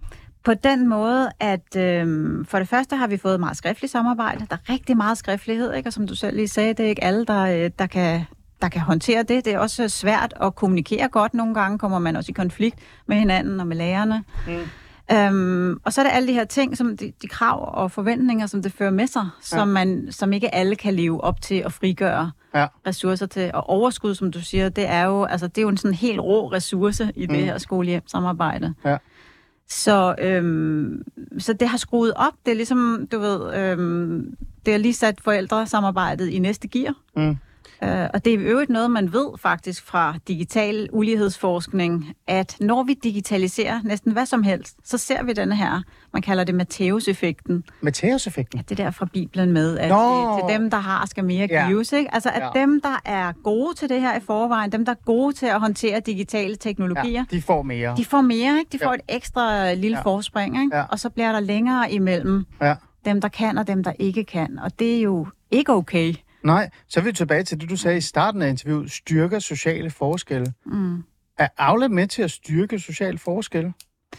På den måde, at øh, for det første har vi fået meget skriftligt samarbejde. Der er rigtig meget skriftlighed, ikke? Og som du selv lige sagde, det er ikke alle, der, der kan... der kan håndtere det. Det er også svært at kommunikere godt. Nogle gange kommer man også i konflikt med hinanden og med lærerne. Mm. Øhm, og så er det alle de her ting, som de, de krav og forventninger, som det fører med sig, ja. som, man, som ikke alle kan leve op til at frigøre ja. ressourcer til. Og overskud, som du siger, det er jo, altså, det er jo en sådan helt rå ressource i mm. det her skole-hjem-samarbejde. Ja. Så, øhm, så det har skruet op. Det er ligesom, du ved, øhm, det har lige sat forældresamarbejdet i næste gear. Mm. Uh, og det er i øvrigt noget, man ved faktisk fra digital ulighedsforskning, at når vi digitaliserer næsten hvad som helst, så ser vi denne her, man kalder det Matthæus-effekten. Matthæus-effekten? Ja, det der fra Bibelen med, at no. det, til dem, der har, skal mere ja. gives. Ikke? Altså, at ja. dem, der er gode til det her i forvejen, dem, der er gode til at håndtere digitale teknologier, ja, de får mere. De får mere, ikke? De får ja. et ekstra lille ja. forspring, ikke? Ja. Og så bliver der længere imellem ja. dem, der kan, og dem, der ikke kan. Og det er jo ikke okay. Nej, så er vi tilbage til det, du sagde i starten af interviewet, styrker sociale forskelle. Mm. Er Aula med til at styrke sociale forskelle?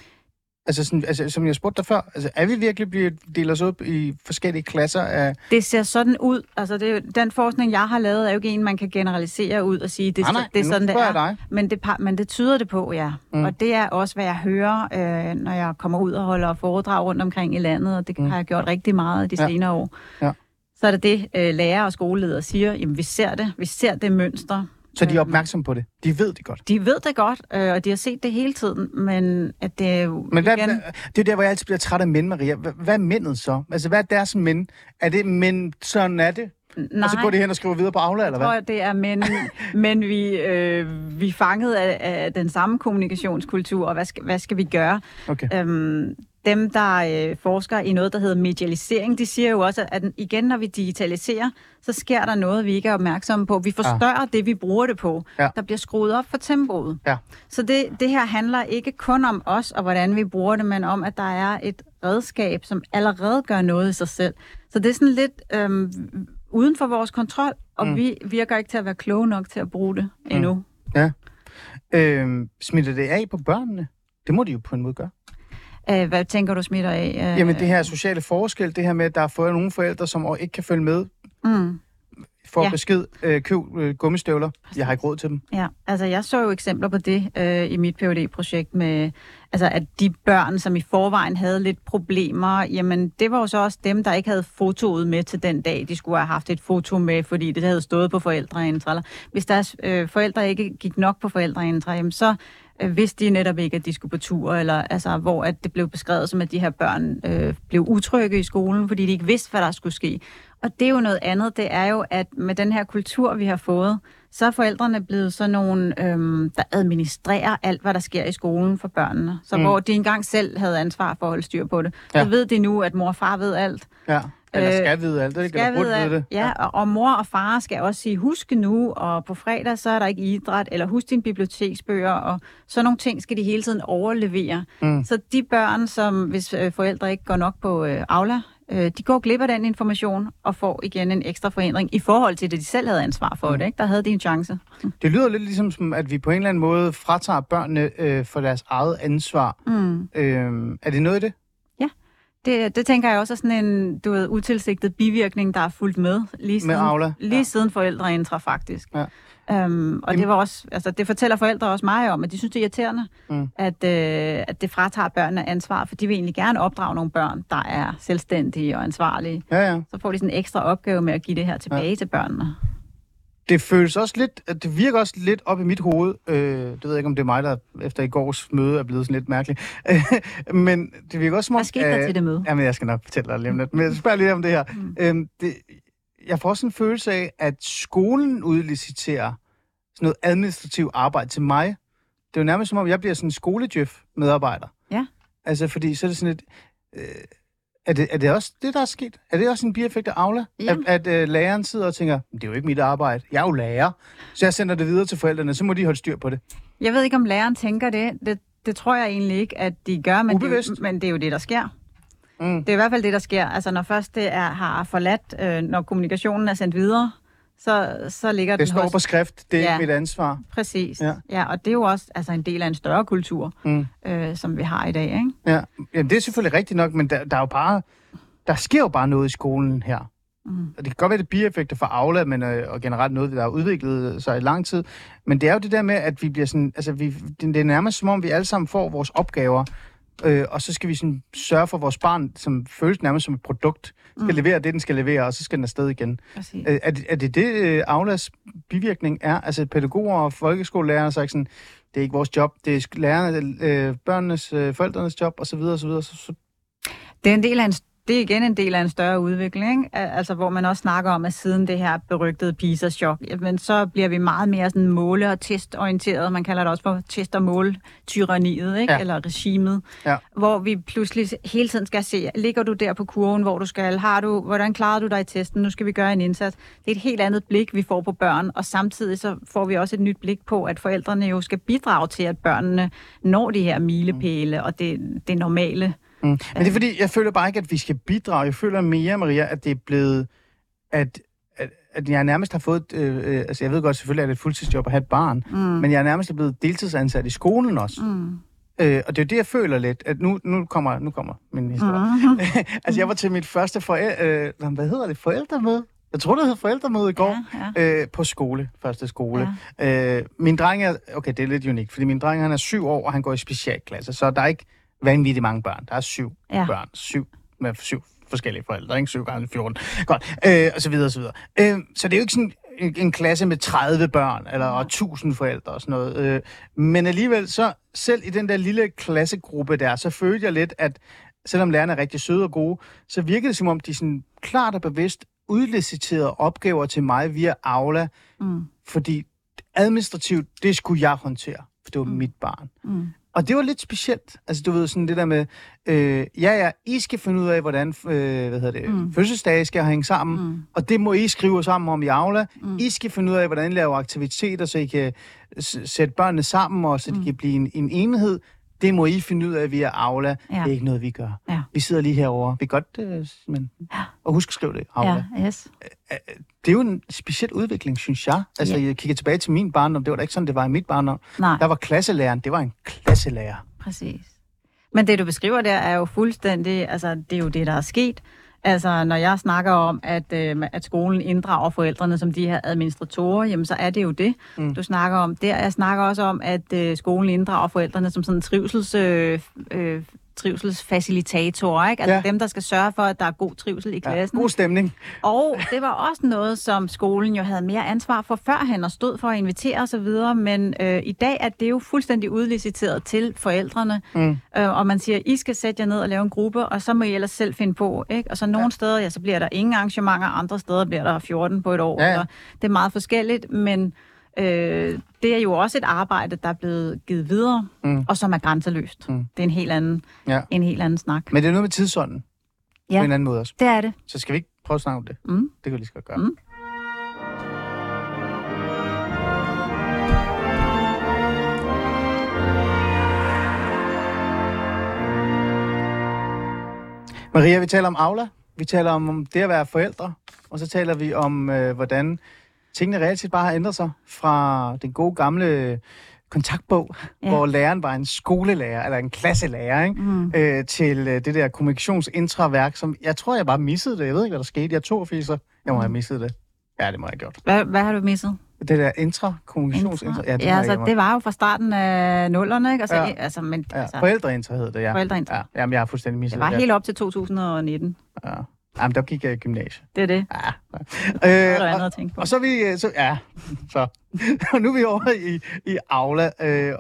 Altså, sådan, altså som jeg spurgte dig før, altså, er vi virkelig blevet delt os op i forskellige klasser af... Det ser sådan ud. Altså, det, den forskning, jeg har lavet, er jo ikke en, man kan generalisere ud og sige, det, nej, nej, det er sådan, det er. Men det, men det tyder det på, ja. Mm. Og det er også, hvad jeg hører, øh, når jeg kommer ud og holder foredrag rundt omkring i landet, og det mm. har jeg gjort rigtig meget de ja. senere år. Ja. Så er det det, øh, lærer og skoleledere siger, jamen vi ser det, vi ser det mønster. Så de er opmærksomme på det? De ved det godt? De ved det godt, øh, og de har set det hele tiden, men at det er jo men hvad, igen... hvad, det er der, hvor jeg altid bliver træt af mænd, Maria. Hvad, hvad er mændet så? Altså, hvad er deres mænd? Er det mænd, sådan er det? Nej. Og så går de hen og skriver videre på Aula, eller hvad? Jeg tror, det er, men, men vi, øh, vi er fanget af, af den samme kommunikationskultur, og hvad skal, hvad skal vi gøre? Okay. Øhm, dem, der øh, forsker i noget, der hedder medialisering, de siger jo også, at igen, når vi digitaliserer, så sker der noget, vi ikke er opmærksomme på. Vi forstørrer ja. det, vi bruger det på. Ja. Der bliver skruet op for tempoet. Ja. Så det, det her handler ikke kun om os, og hvordan vi bruger det, men om, at der er et redskab, som allerede gør noget i sig selv. Så det er sådan lidt øhm, uden for vores kontrol, og mm. vi virker ikke til at være kloge nok til at bruge det endnu. Mm. Ja. Øhm, smitter det af på børnene? Det må de jo på en måde gøre. Æh, hvad tænker du smitter af? Æh... Jamen det her sociale forskel, det her med, at der er nogle forældre, som ikke kan følge med, mm. får ja. besked, øh, køb øh, gummistøvler, jeg har ikke råd til dem. Ja, altså jeg så jo eksempler på det øh, i mit P H D-projekt med, altså at de børn, som i forvejen havde lidt problemer, jamen det var jo så også dem, der ikke havde fotoet med til den dag, de skulle have haft et foto med, fordi det havde stået på forældreintra. Hvis deres øh, forældre ikke gik nok på forældreintra, jamen så øh, vidste de netop ikke, at de skulle på tur, eller altså hvor at det blev beskrevet som, at de her børn øh, blev utrygge i skolen, fordi de ikke vidste, hvad der skulle ske. Og det er jo noget andet, det er jo, at med den her kultur, vi har fået, så er forældrene blevet sådan nogle, øhm, der administrerer alt, hvad der sker i skolen for børnene. Så mm. hvor de engang selv havde ansvar for at holde styr på det, ja. så ved de nu, at mor og far ved alt. Ja, eller skal vide alt, det ikke? Skal vide alt, det. Ja, ja. Og, og mor og far skal også sige, husk nu, og på fredag, så er der ikke idræt, eller husk dine biblioteksbøger, og sådan nogle ting skal de hele tiden overlevere. Mm. Så de børn, som hvis øh, forældre ikke går nok på øh, Aula, de går glip af den information og får igen en ekstra forhindring i forhold til det, de selv havde ansvar for mm. det. Ikke? Der havde de en chance. Det lyder lidt ligesom, som, at vi på en eller anden måde fratager børnene øh, for deres eget ansvar. Mm. Øh, er det noget af det? Ja, det, det tænker jeg også er sådan en du ved, utilsigtet bivirkning, der er fulgt med lige siden, med Aula. Lige ja. siden forældreintra faktisk. Ja. Um, og Jamen. det var også, altså det fortæller forældre også mig om, at de synes, det er irriterende, mm. at, øh, at det fratager børnene ansvar, for de vil egentlig gerne opdrage nogle børn, der er selvstændige og ansvarlige. Ja, ja. Så får de sådan en ekstra opgave med at give det her tilbage ja. til børnene. Det føles også lidt, det virker også lidt op i mit hoved, øh, det ved jeg ikke, om det er mig, der efter i gårs møde er blevet sådan lidt mærkeligt, men det virker også som om... Hvad skete der til det møde? Jamen, jeg skal nok fortælle dig lige om lidt, men jeg spørger lidt om det her. Mm. Øhm, det, jeg får også en følelse af, at skolen udliciterer sådan noget administrativt arbejde til mig. Det er jo nærmest som om, jeg bliver sådan en skoledjøf-medarbejder. Ja. Altså, fordi så er det sådan et... Øh, er, det, er det også det, der er sket? Er det også en bieffekt af Aula? Ja. At, at øh, læreren sidder og tænker, det er jo ikke mit arbejde. Jeg er jo lærer. Så jeg sender det videre til forældrene, så må de holde styr på det. Jeg ved ikke, om læreren tænker det. Det, det tror jeg egentlig ikke, at de gør, men det, men det er jo det, der sker. Mm. Det er i hvert fald det, der sker. Altså, når først det er, har forladt, øh, når kommunikationen er sendt videre, så, så ligger det den står hos... på skrift, det er ja, ikke mit ansvar. Præcis. Ja. ja, og det er jo også altså, en del af en større kultur, mm. øh, som vi har i dag, ikke? Ja, jamen, det er selvfølgelig rigtigt nok, men der, der er jo bare... Der sker jo bare noget i skolen her. Mm. Og det kan godt være, det er bieffekter for Aula, men, øh, og generelt noget, der har udviklet sig i lang tid. Men det er jo det der med, at vi bliver sådan... Altså, vi, det er nærmest som om, vi alle sammen får vores opgaver, øh, og så skal vi sådan sørge for vores barn, som føles nærmest som et produkt, skal mm. levere det, den skal levere, og så skal den afsted igen. Øh, er, det, er det det, øh, Aulas bivirkning er? Altså, pædagoger og folkeskolelærer har sagt sådan, det er ikke vores job, det er lærerne, øh, børnenes, øh, forældrenes job, osv. osv. Så, så... Det er en del af en Det er igen en del af en større udvikling, ikke? Altså hvor man også snakker om, at siden det her berygtede PISA-chok, men så bliver vi meget mere sådan måle- og testorienteret. Man kalder det også for test- og mål-tyranniet, ikke? Ja. Eller regimet. Ja. Hvor vi pludselig hele tiden skal se, ligger du der på kurven, hvor du skal? Har du, hvordan klarer du dig i testen? Nu skal vi gøre en indsats. Det er et helt andet blik, vi får på børn, og samtidig så får vi også et nyt blik på, at forældrene jo skal bidrage til, at børnene når de her milepæle og det, det normale. Mm. Men det er fordi, jeg føler bare ikke, at vi skal bidrage. Jeg føler mere, Maria, at det er blevet, at, at, at jeg nærmest har fået, øh, altså jeg ved godt, selvfølgelig er det et fuldtidsjob at have et barn, mm. men jeg er nærmest blevet deltidsansat i skolen også. Mm. Øh, og det er jo det, jeg føler lidt, at nu, nu, kommer, nu kommer min historie. Mm. altså jeg var til mit første forældre, øh, hvad hedder det, forældremøde? Jeg tror, det hed forældremøde i går, ja, ja. Øh, på skole, første skole. Ja. Øh, min dreng er, okay, det er lidt unikt, fordi min dreng han er syv år, og han går i specialklasse, så der er ikke vanvittigt mange børn. Der er syv ja. børn, syv med syv forskellige forældre, ikke? Syv gange fjorten. Godt, øh, og så videre, og så videre. Øh, så det er jo ikke sådan en, en klasse med tredive børn, eller og tusind forældre og sådan noget. Øh, men alligevel, så selv i den der lille klassegruppe der, så følte jeg lidt, at selvom lærerne er rigtig søde og gode, så virkede det som om, de sådan klart og bevidst udliciterede opgaver til mig via Aula, mm. fordi administrativt, det skulle jeg håndtere, for det var mm. mit barn. Mm. Og det var lidt specielt. Altså, du ved, sådan det der med, øh, ja, ja, I skal finde ud af, hvordan øh, hvad hedder det, mm. fødselsdage skal hænge sammen, mm. og det må I skrive sammen om i Aula. Mm. I skal finde ud af, hvordan I laver aktiviteter, så I kan s- sætte børnene sammen, og så de mm. kan blive en, en enhed. Det må I finde ud af via Aula. Ja. Det er ikke noget, vi gør. Ja. Vi sidder lige herovre. Vi kan godt, øh, men... Ja. Og husk at skrive det, Aula. Ja, yes. Det er jo en speciel udvikling, synes jeg. Altså, ja. Jeg kigger tilbage til min barndom. Det var da ikke sådan, det var i mit barndom. Nej. Der var klasselæreren. Det var en klasselærer. Præcis. Men det, du beskriver der, er jo fuldstændig... Altså, det er jo det, der er sket. Altså, når jeg snakker om, at, øh, at skolen inddrager forældrene som de her administratorer, jamen, så er det jo det, mm. du snakker om. Der, jeg snakker også om, at øh, skolen inddrager forældrene som sådan en trivsels... Øh, øh, trivselsfacilitatorer, ikke? Altså ja. Dem, der skal sørge for, at der er god trivsel i klassen. Ja, god stemning. Og det var også noget, som skolen jo havde mere ansvar for førhen og stod for at invitere osv., men øh, i dag er det jo fuldstændig udliciteret til forældrene, mm. øh, og man siger, I skal sætte jer ned og lave en gruppe, og så må I ellers selv finde på, ikke? Og så nogle ja. steder, ja, så bliver der ingen arrangementer, andre steder bliver der fjorten på et år. Ja, ja. Det er meget forskelligt, men Øh, det er jo også et arbejde, der er blevet givet videre, mm. og som er grænseløst. Mm. Det er en helt anden, ja. en helt anden snak. Men det er noget med tidsånden, ja. På en anden måde også. Det er det. Så skal vi ikke prøve at snakke om det? Mm. Det kan vi lige så godt gøre. Mm. Maria, vi taler om Aula. Vi taler om det at være forældre. Og så taler vi om, øh, hvordan tingene reelt set bare har ændret sig fra den gode gamle kontaktbog, ja. Hvor læreren var en skolelærer, eller en klasselærer, ikke? Mm. Øh, til øh, det der kommunikationsintraværk, som jeg tror, jeg bare missede det. Jeg ved ikke, hvad der skete. Jeg tog fiser. Jeg må have misset det. Ja, det må jeg have gjort. Hvad, hvad har du misset? Det der intra, kommunikationsintra. Ja, det, ja, altså, det var jo fra starten af nullerne, ikke? Altså, ja. altså, men, ja. altså, Forældreintra hed det, ja. Forældreintra. Ja. Jamen, jeg har fuldstændig misset det. Det var det. helt op til to tusind nitten. Ja. Jamen, der gik jeg i gymnasiet. Det er det. Ja. Øh, der er andet at tænke på. Og så er vi... Så, ja, så. nu er vi over i, i Aula. Øh,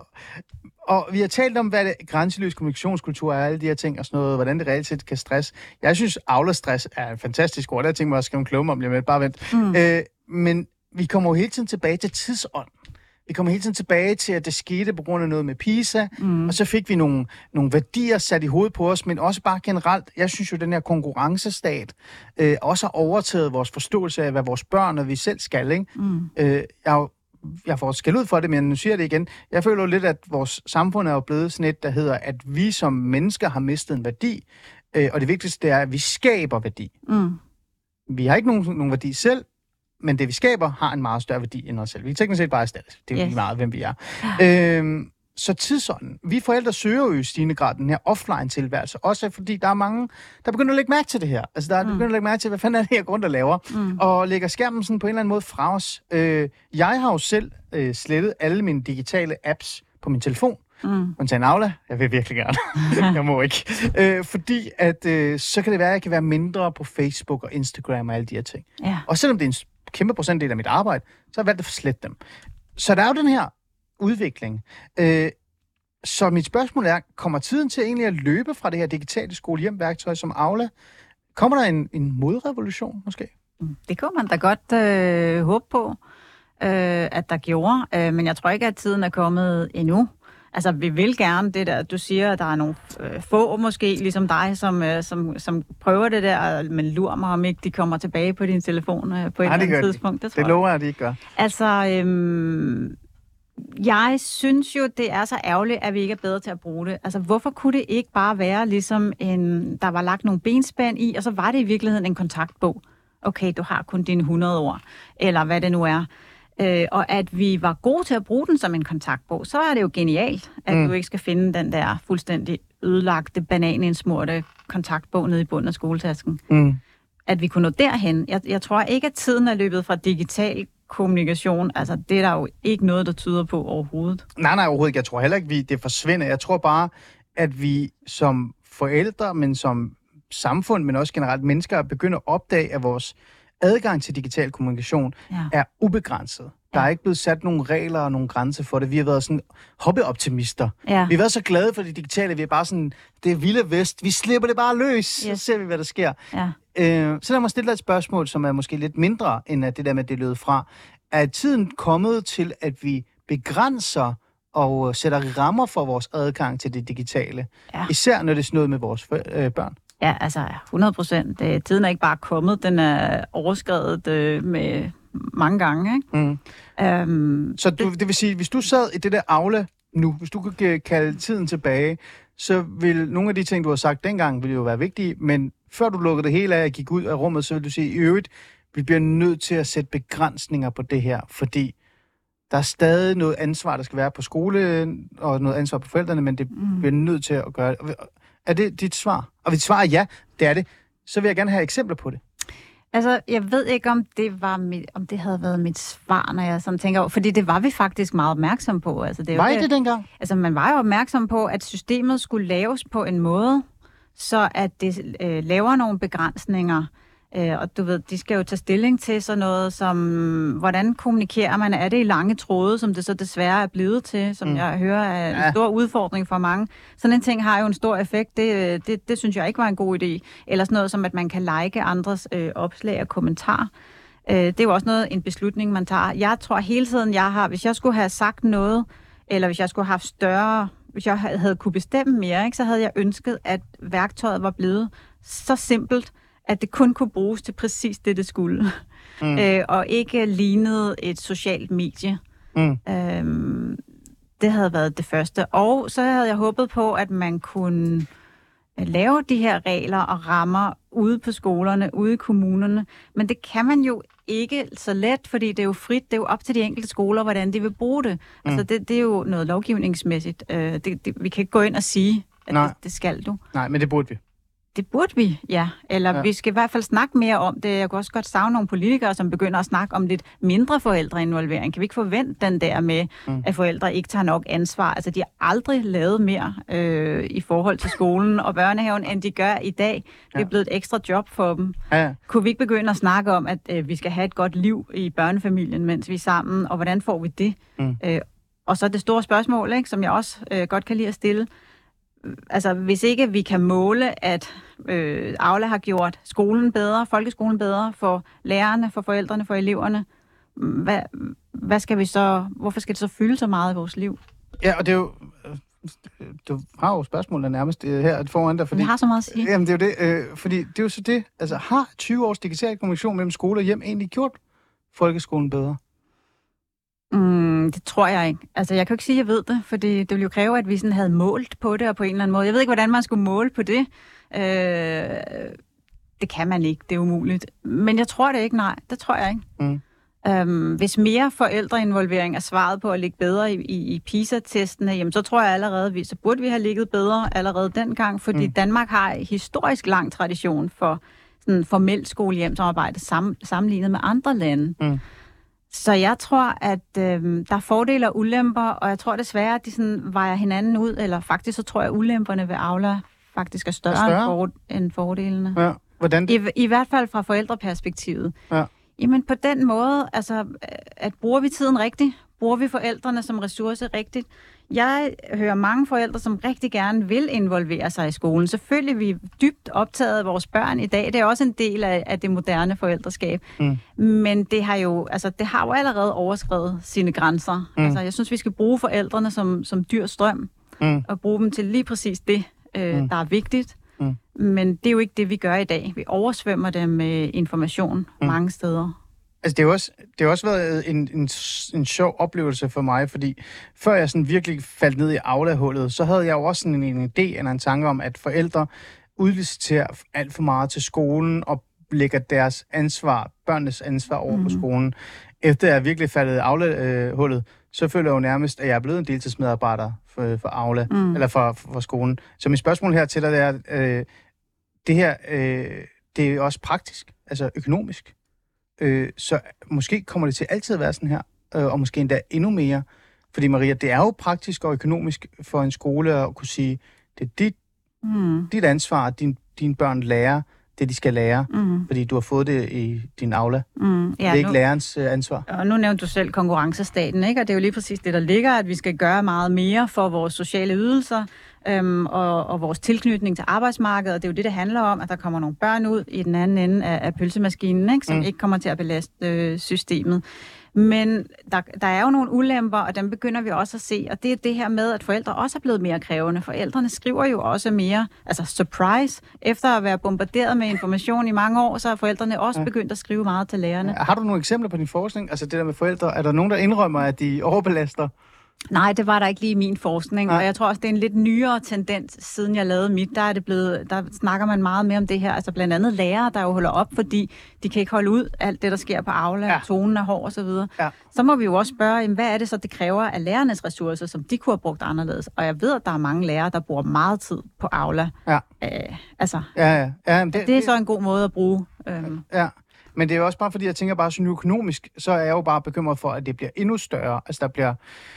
og vi har talt om, hvad det grænseløs kommunikationskultur er, alle de her ting og sådan noget, hvordan det reelt set kan stress. Jeg synes, Aula-stress er en fantastisk ord. Der tænker jeg at skrive en klumme om lige med. Bare vent. Mm. Øh, men vi kommer jo hele tiden tilbage til tidsånd. Vi kommer hele tiden tilbage til, at det skete på grund af noget med PISA, mm. og så fik vi nogle, nogle værdier sat i hovedet på os, men også bare generelt. Jeg synes jo, at den her konkurrencestat øh, også har overtaget vores forståelse af, hvad vores børn og vi selv skal. Ikke? Mm. Øh, jeg, jeg får skæld ud for det, men nu siger jeg det igen. Jeg føler jo lidt, at vores samfund er jo blevet sådan et, der hedder, at vi som mennesker har mistet en værdi, øh, og det vigtigste er, at vi skaber værdi. Mm. Vi har ikke nogen, nogen værdi selv, men det, vi skaber, har en meget større værdi end os selv. Vi er teknisk set bare erstattet. Det er jo yes. lige meget, hvem vi er. øhm, så tidsånden. Vi forældre søger jo i stigende grad den her offline-tilværelse, også fordi der er mange, der begynder at lægge mærke til det her. Altså, der er mm. begynder at lægge mærke til, hvad fanden er det her grund, der laver, mm. og lægger skærmen sådan på en eller anden måde fra os. Øh, jeg har jo selv øh, slettet alle mine digitale apps på min telefon. Mm. Og en Aula, jeg vil virkelig gerne. jeg må ikke. Øh, fordi at øh, så kan det være, at jeg kan være mindre på Facebook og Instagram og alle de her ting. Ja. Og selvom det er en kæmpe procentdel af mit arbejde, så har jeg valgt at slette dem. Så der er jo den her udvikling. Øh, så mit spørgsmål er, kommer tiden til egentlig at løbe fra det her digitale skolehjemværktøj som Aula? Kommer der en, en modrevolution måske? Det kunne man da godt øh, håbe på, øh, at der gjorde. Øh, men jeg tror ikke, at tiden er kommet endnu. Altså, vi vil gerne det der, du siger, at der er nogle øh, få måske, ligesom dig, som, øh, som, som prøver det der, men lurer mig, om ikke de kommer tilbage på din telefon øh, på et Nej, eller andet de. tidspunkt. Det, det lover jeg, at de ikke gør. Altså, øhm, jeg synes jo, det er så ærgerligt, at vi ikke er bedre til at bruge det. Altså, hvorfor kunne det ikke bare være ligesom en, der var lagt nogle benspænd i, og så var det i virkeligheden en kontaktbog. Okay, du har kun dine hundrede ord, eller hvad det nu er. Øh, og at vi var gode til at bruge den som en kontaktbog, så er det jo genialt, at mm. du ikke skal finde den der fuldstændig ødelagte, bananindsmurte kontaktbog nede i bunden af skoletasken. Mm. At vi kunne nå derhen. Jeg, jeg tror ikke, at tiden er løbet fra digital kommunikation. Altså, det er der jo ikke noget, der tyder på overhovedet. Nej, nej, overhovedet ikke. Jeg tror heller ikke, vi det forsvinder. Jeg tror bare, at vi som forældre, men som samfund, men også generelt mennesker, begynder at opdage, at vores adgang til digital kommunikation Ja. er ubegrænset. Der Ja. er ikke blevet sat nogle regler og nogle grænser for det. Vi har været sådan hobbyoptimister. Ja. Vi har været så glade for det digitale. Vi er bare sådan, det er vilde vest. Vi slipper det bare løs. Så Yes. ser vi, hvad der sker. Ja. Øh, så lad mig stille dig et spørgsmål, som er måske lidt mindre, end at det der med, det lød fra. Er tiden kommet til, at vi begrænser og sætter rammer for vores adgang til det digitale? Ja. Især når det er sådan noget med vores øh, børn. Ja, altså hundrede procent. Tiden er ikke bare kommet, den er overskredet øh, med mange gange, ikke? Mm. Øhm, Så du, det vil sige, hvis du sad i det der aula nu, hvis du kunne kalde tiden tilbage, så vil nogle af de ting, du har sagt dengang, ville jo være vigtige, men før du lukkede det hele af og gik ud af rummet, så vil du sige, i øvrigt, vi bliver nødt til at sætte begrænsninger på det her, fordi der er stadig noget ansvar, der skal være på skolen, og noget ansvar på forældrene, men det Mm. bliver nødt til at gøre det. Er det dit svar? Og hvis svaret er ja, det er det, så vil jeg gerne have eksempler på det. Altså, jeg ved ikke, om det var mit, om det havde været mit svar, når jeg sådan tænker over, fordi det var vi faktisk meget opmærksom på. Altså, det er Var jo I det dengang? Altså, man var jo opmærksom på, at systemet skulle laves på en måde, så at det øh, laver nogle begrænsninger. Øh, og du ved, de skal jo tage stilling til sådan noget som, hvordan kommunikerer man? Er det i lange tråde, som det så desværre er blevet til, som mm. jeg hører er en Ja. stor udfordring for mange. Sådan en ting har jo en stor effekt. Det, det, det synes jeg ikke var en god idé. Eller sådan noget som, at man kan like andres øh, opslag og kommentarer. Øh, det er jo også noget, en beslutning, man tager. Jeg tror hele tiden, jeg har, hvis jeg skulle have sagt noget, eller hvis jeg skulle have haft større, hvis jeg havde kunne bestemme mere, ikke, så havde jeg ønsket, at værktøjet var blevet så simpelt, at det kun kunne bruges til præcis det, det skulle. Mm. Øh, og ikke lignede et socialt medie. Mm. Øhm, det havde været det første. Og så havde jeg håbet på, at man kunne lave de her regler og rammer ude på skolerne, ude i kommunerne. Men det kan man jo ikke så let, fordi det er jo frit. Det er jo op til de enkelte skoler, hvordan de vil bruge det. Mm. Altså det, det er jo noget lovgivningsmæssigt. Øh, det, det, vi kan ikke gå ind og sige, at det, det skal du. Nej, men det burde vi. Det burde vi, ja. Eller ja. vi skal i hvert fald snakke mere om det. Jeg kunne også godt savne nogle politikere, som begynder at snakke om lidt mindre forældreinvolvering. Kan vi ikke forvente den der med, mm. at forældre ikke tager nok ansvar? Altså, de har aldrig lavet mere øh, i forhold til skolen og børnehaven, end de gør i dag. Det er ja. blevet et ekstra job for dem. Ja. Kunne vi ikke begynde at snakke om, at øh, vi skal have et godt liv i børnefamilien, mens vi er sammen? Og hvordan får vi det? Mm. Øh, og så det store spørgsmål, ikke, som jeg også øh, godt kan lide at stille. Altså, hvis ikke vi kan måle, at øh, Aula har gjort skolen bedre, folkeskolen bedre for lærerne, for forældrene, for eleverne, hvad, hvad skal vi så, hvorfor skal det så fylde så meget i vores liv? Ja, og det er jo, du har jo spørgsmålene nærmest her foran dig. Fordi, vi har så meget at sige. Jamen, det er jo det, øh, fordi det er jo så det, altså har tyve års digital kommunikation mellem skole og hjem egentlig gjort folkeskolen bedre? Mm, det tror jeg ikke. Altså, jeg kan jo ikke sige, at jeg ved det, fordi det ville jo kræve, at vi sådan havde målt på det, og på en eller anden måde. Jeg ved ikke, hvordan man skulle måle på det. Øh, det kan man ikke. Det er umuligt. Men jeg tror det ikke, nej. Det tror jeg ikke. Mm. Øhm, hvis mere forældreinvolvering er svaret på at ligge bedre i, i, i PISA-testene, jamen, så tror jeg allerede, vi, så burde vi have ligget bedre allerede dengang, fordi mm. Danmark har en historisk lang tradition for sådan formelt skolehjemsamarbejde sam, sammenlignet med andre lande. Mm. Så jeg tror, at øh, der er fordele og ulemper, og jeg tror desværre, at de sådan vejer hinanden ud, eller faktisk så tror jeg, at ulemperne ved Aula faktisk er større, er større? End, for, end fordelene. Ja. Hvordan? I, I hvert fald fra forældreperspektivet. Ja. Jamen på den måde, altså, at bruger vi tiden rigtigt? Bruger vi forældrene som ressource rigtigt? Jeg hører mange forældre, som rigtig gerne vil involvere sig i skolen. Selvfølgelig er vi dybt optaget af vores børn i dag. Det er også en del af, af det moderne forældreskab. Mm. Men det har jo, altså, det har jo allerede overskredet sine grænser. Mm. Altså, jeg synes, vi skal bruge forældrene som, som dyr strøm. Mm. Og bruge dem til lige præcis det, øh, mm. der er vigtigt. Mm. Men det er jo ikke det, vi gør i dag. Vi oversvømmer dem med information mm. mange steder. Altså, det har også, det har også været en, en, en sjov oplevelse for mig, fordi før jeg sådan virkelig faldt ned i Aula-hullet, så havde jeg jo også sådan en, en idé eller en tanke om, at forældre udliciterer alt for meget til skolen og lægger deres ansvar, børnenes ansvar over mm. på skolen. Efter jeg virkelig faldet i Aula-hullet, så føler jeg jo nærmest, at jeg er blevet en deltidsmedarbejder for, for Aula, mm. eller for, for, for skolen. Så mit spørgsmål her til dig, det er, øh, det her, øh, det er også praktisk, altså økonomisk. Øh, så måske kommer det til altid at være sådan her, øh, og måske endda endnu mere. Fordi Maria, det er jo praktisk og økonomisk for en skole at kunne sige, det er dit, mm. dit ansvar, at din, dine børn lærer det de skal lære, Mm. fordi du har fået det i din aula. Mm. Ja, det er ikke nu, lærerens øh, ansvar. og nu nævnte du selv konkurrencestaten, ikke? Og det er jo lige præcis det, der ligger, at vi skal gøre meget mere for vores sociale ydelser øhm, og, og vores tilknytning til arbejdsmarkedet. Og det er jo det, det handler om, at der kommer nogle børn ud i den anden ende af, af pølsemaskinen, ikke? Som mm. ikke kommer til at belaste øh, systemet. Men der, der er jo nogle ulemper, og dem begynder vi også at se, og det er det her med, at forældre også er blevet mere krævende. Forældrene skriver jo også mere, altså surprise, efter at være bombarderet med information i mange år, så har forældrene også ja. begyndt at skrive meget til lærerne. Har du nogle eksempler på din forskning? Altså det der med forældre, er der nogen, der indrømmer, at de overbelaster? Nej, det var der ikke lige i min forskning, Nej. og jeg tror også, det er en lidt nyere tendens, siden jeg lavede mit. Der er det blevet, der snakker man meget mere om det her, altså blandt andet lærere, der jo holder op, fordi de kan ikke holde ud alt det, der sker på Aula, ja. tonen er hård og så videre. Ja. Så må vi jo også spørge, jamen, hvad er det så, det kræver af lærernes ressourcer, som de kunne have brugt anderledes? Og jeg ved, at der er mange lærere, der bruger meget tid på Aula. Ja. Æh, altså, ja, ja. Ja, det, det er det, så en god måde at bruge. Øhm. Ja. Men det er jo også bare fordi, jeg tænker bare sådan økonomisk, så er jeg jo bare bekymret for, at det bliver endnu større. Altså der bliver,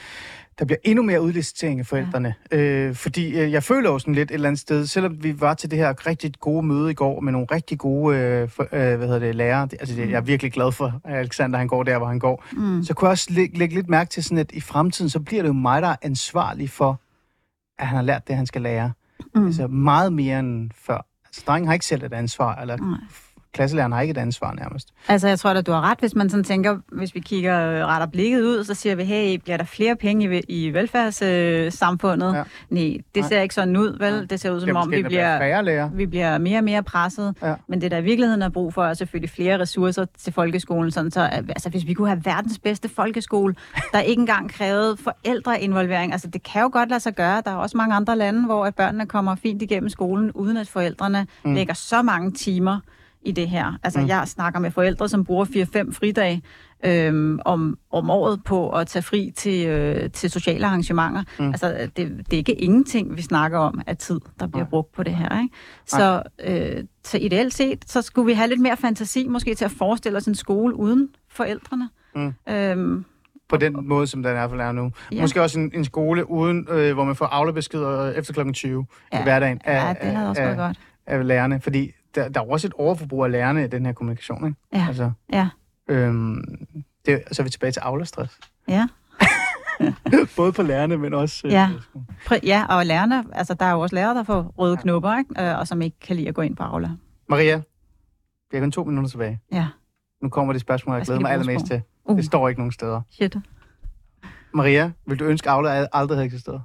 der bliver endnu mere udlicitering af forældrene. Ja. Øh, fordi øh, jeg føler jo sådan lidt et eller andet sted, selvom vi var til det her rigtig gode møde i går med nogle rigtig gode øh, for, øh, hvad hedder det, lærere. Det, altså det, jeg er virkelig glad for, at Alexander han går der, hvor han går. Mm. Så kunne jeg også lægge, lægge lidt mærke til sådan, at i fremtiden, så bliver det jo mig, der er ansvarlig for, at han har lært det, han skal lære. Mm. Altså meget mere end før. Altså drengen har ikke selv et ansvar, eller... Mm. Klasselæreren har ikke et ansvar nærmest. Altså, jeg tror at du har ret, hvis man sådan tænker, hvis vi kigger retter blikket ud, så siger vi, hey, bliver der flere penge i, i velfærdssamfundet? Øh, ja. Nej, det ser Nej. ikke sådan ud, vel? Ja. Det ser ud som om, vi bliver, vi bliver mere og mere presset. Ja. Men det, der i virkeligheden er brug for, er selvfølgelig flere ressourcer til folkeskolen. Sådan så, altså, hvis vi kunne have verdens bedste folkeskole, der ikke engang krævede forældreinvolvering. Altså, det kan jo godt lade sig gøre. Der er også mange andre lande, hvor at børnene kommer fint igennem skolen, uden at forældrene mm. lægger så mange timer i det her. Altså, mm. jeg snakker med forældre, som bruger fire fem fridage øhm, om, om året på at tage fri til, øh, til sociale arrangementer. Mm. Altså, det, det er ikke ingenting, vi snakker om af tid, der bliver brugt på det her, ikke? Så, øh, så ideelt set, så skulle vi have lidt mere fantasi, måske til at forestille os en skole uden forældrene. Mm. Øhm, på den måde, som den er for lærer nu. Ja. Måske også en, en skole, uden, øh, hvor man får Aula-beskeder efter klokken tyve ja. i hverdagen. Af, ja, det havde også været godt. Af lærerne, fordi der, der er også et overforbrug af lærerne i den her kommunikation, ikke? Ja, altså, ja. Øhm, det, så er vi tilbage til Aula-stress. Ja. Både på lærerne, men også... Ja, øh, ja og lærerne, altså der er jo også lærere, der får røde ja. knopper, ikke? Øh, og som ikke kan lide at gå ind på Aula. Maria, vi har kun to minutter tilbage. Ja. Nu kommer det spørgsmål, jeg glæder mig allermest til. Uh. Det står ikke nogen steder. Shit. Maria, vil du ønske, at Aula aldrig havde eksisteret?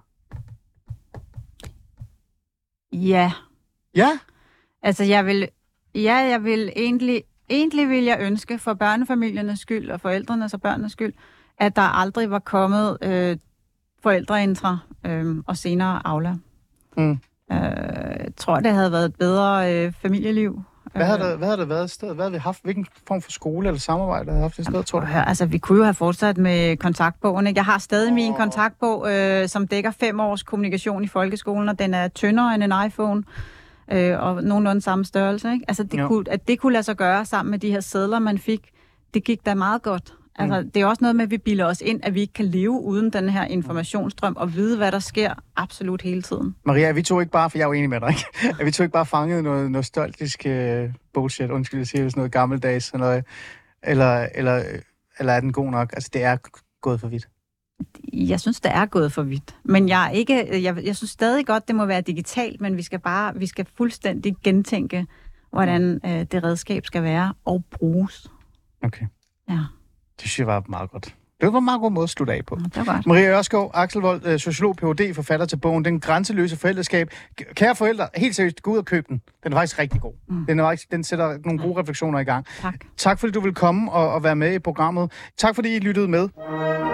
Ja. Ja? Altså, jeg vil, ja, jeg vil egentlig, egentlig vil jeg ønske for børnefamiliernes skyld og forældrenes og børnenes skyld, at der aldrig var kommet øh, forældreintra øh, og senere Aula. Mm. Øh, jeg tror, det havde været et bedre øh, familieliv. Hvad havde, der, hvad havde der været et sted? Hvad havde vi haft? Hvilken form for skole eller samarbejde havde vi haft et sted, tror du? Ja, altså, vi kunne jo have fortsat med kontaktbogen. Ikke? Jeg har stadig oh. min kontaktbog, øh, som dækker fem års kommunikation i folkeskolen, og den er tyndere end en iPhone. Øh, og nogenlunde samme størrelse, ikke? Altså, det kunne, at det kunne lade sig gøre sammen med de her sedler, man fik, det gik da meget godt. Altså, mm. det er også noget med, at vi bilder os ind, at vi ikke kan leve uden den her informationsstrøm og vide, hvad der sker absolut hele tiden. Maria, er vi to ikke bare, for jeg er jo enig med dig, ikke? Er vi to ikke bare fanget noget nostalgisk uh, bullshit, undskyld, jeg siger, sådan noget gammeldags, eller, eller, eller, eller er den god nok? Altså, det er gået for vidt. Jeg synes, det er gået for vidt. Men jeg er ikke, jeg, jeg synes stadig godt, det må være digitalt, men vi skal bare, vi skal fuldstændig gentænke, hvordan øh, det redskab skal være og bruges. Okay. Ja. Det synes jeg var meget godt. Det var en meget god måde at slutte af på. Ja, det var godt. Maria Ørskov, Axelvold, sociolog, P H D, forfatter til bogen Den grænseløse forældreskab. Kære forældre, helt seriøst, gå ud og køb den. Den er faktisk rigtig god. Mm. Den, er faktisk, den sætter nogle gode refleksioner i gang. Tak. Tak fordi du vil komme og, og være med i programmet. Tak fordi I lyttede med.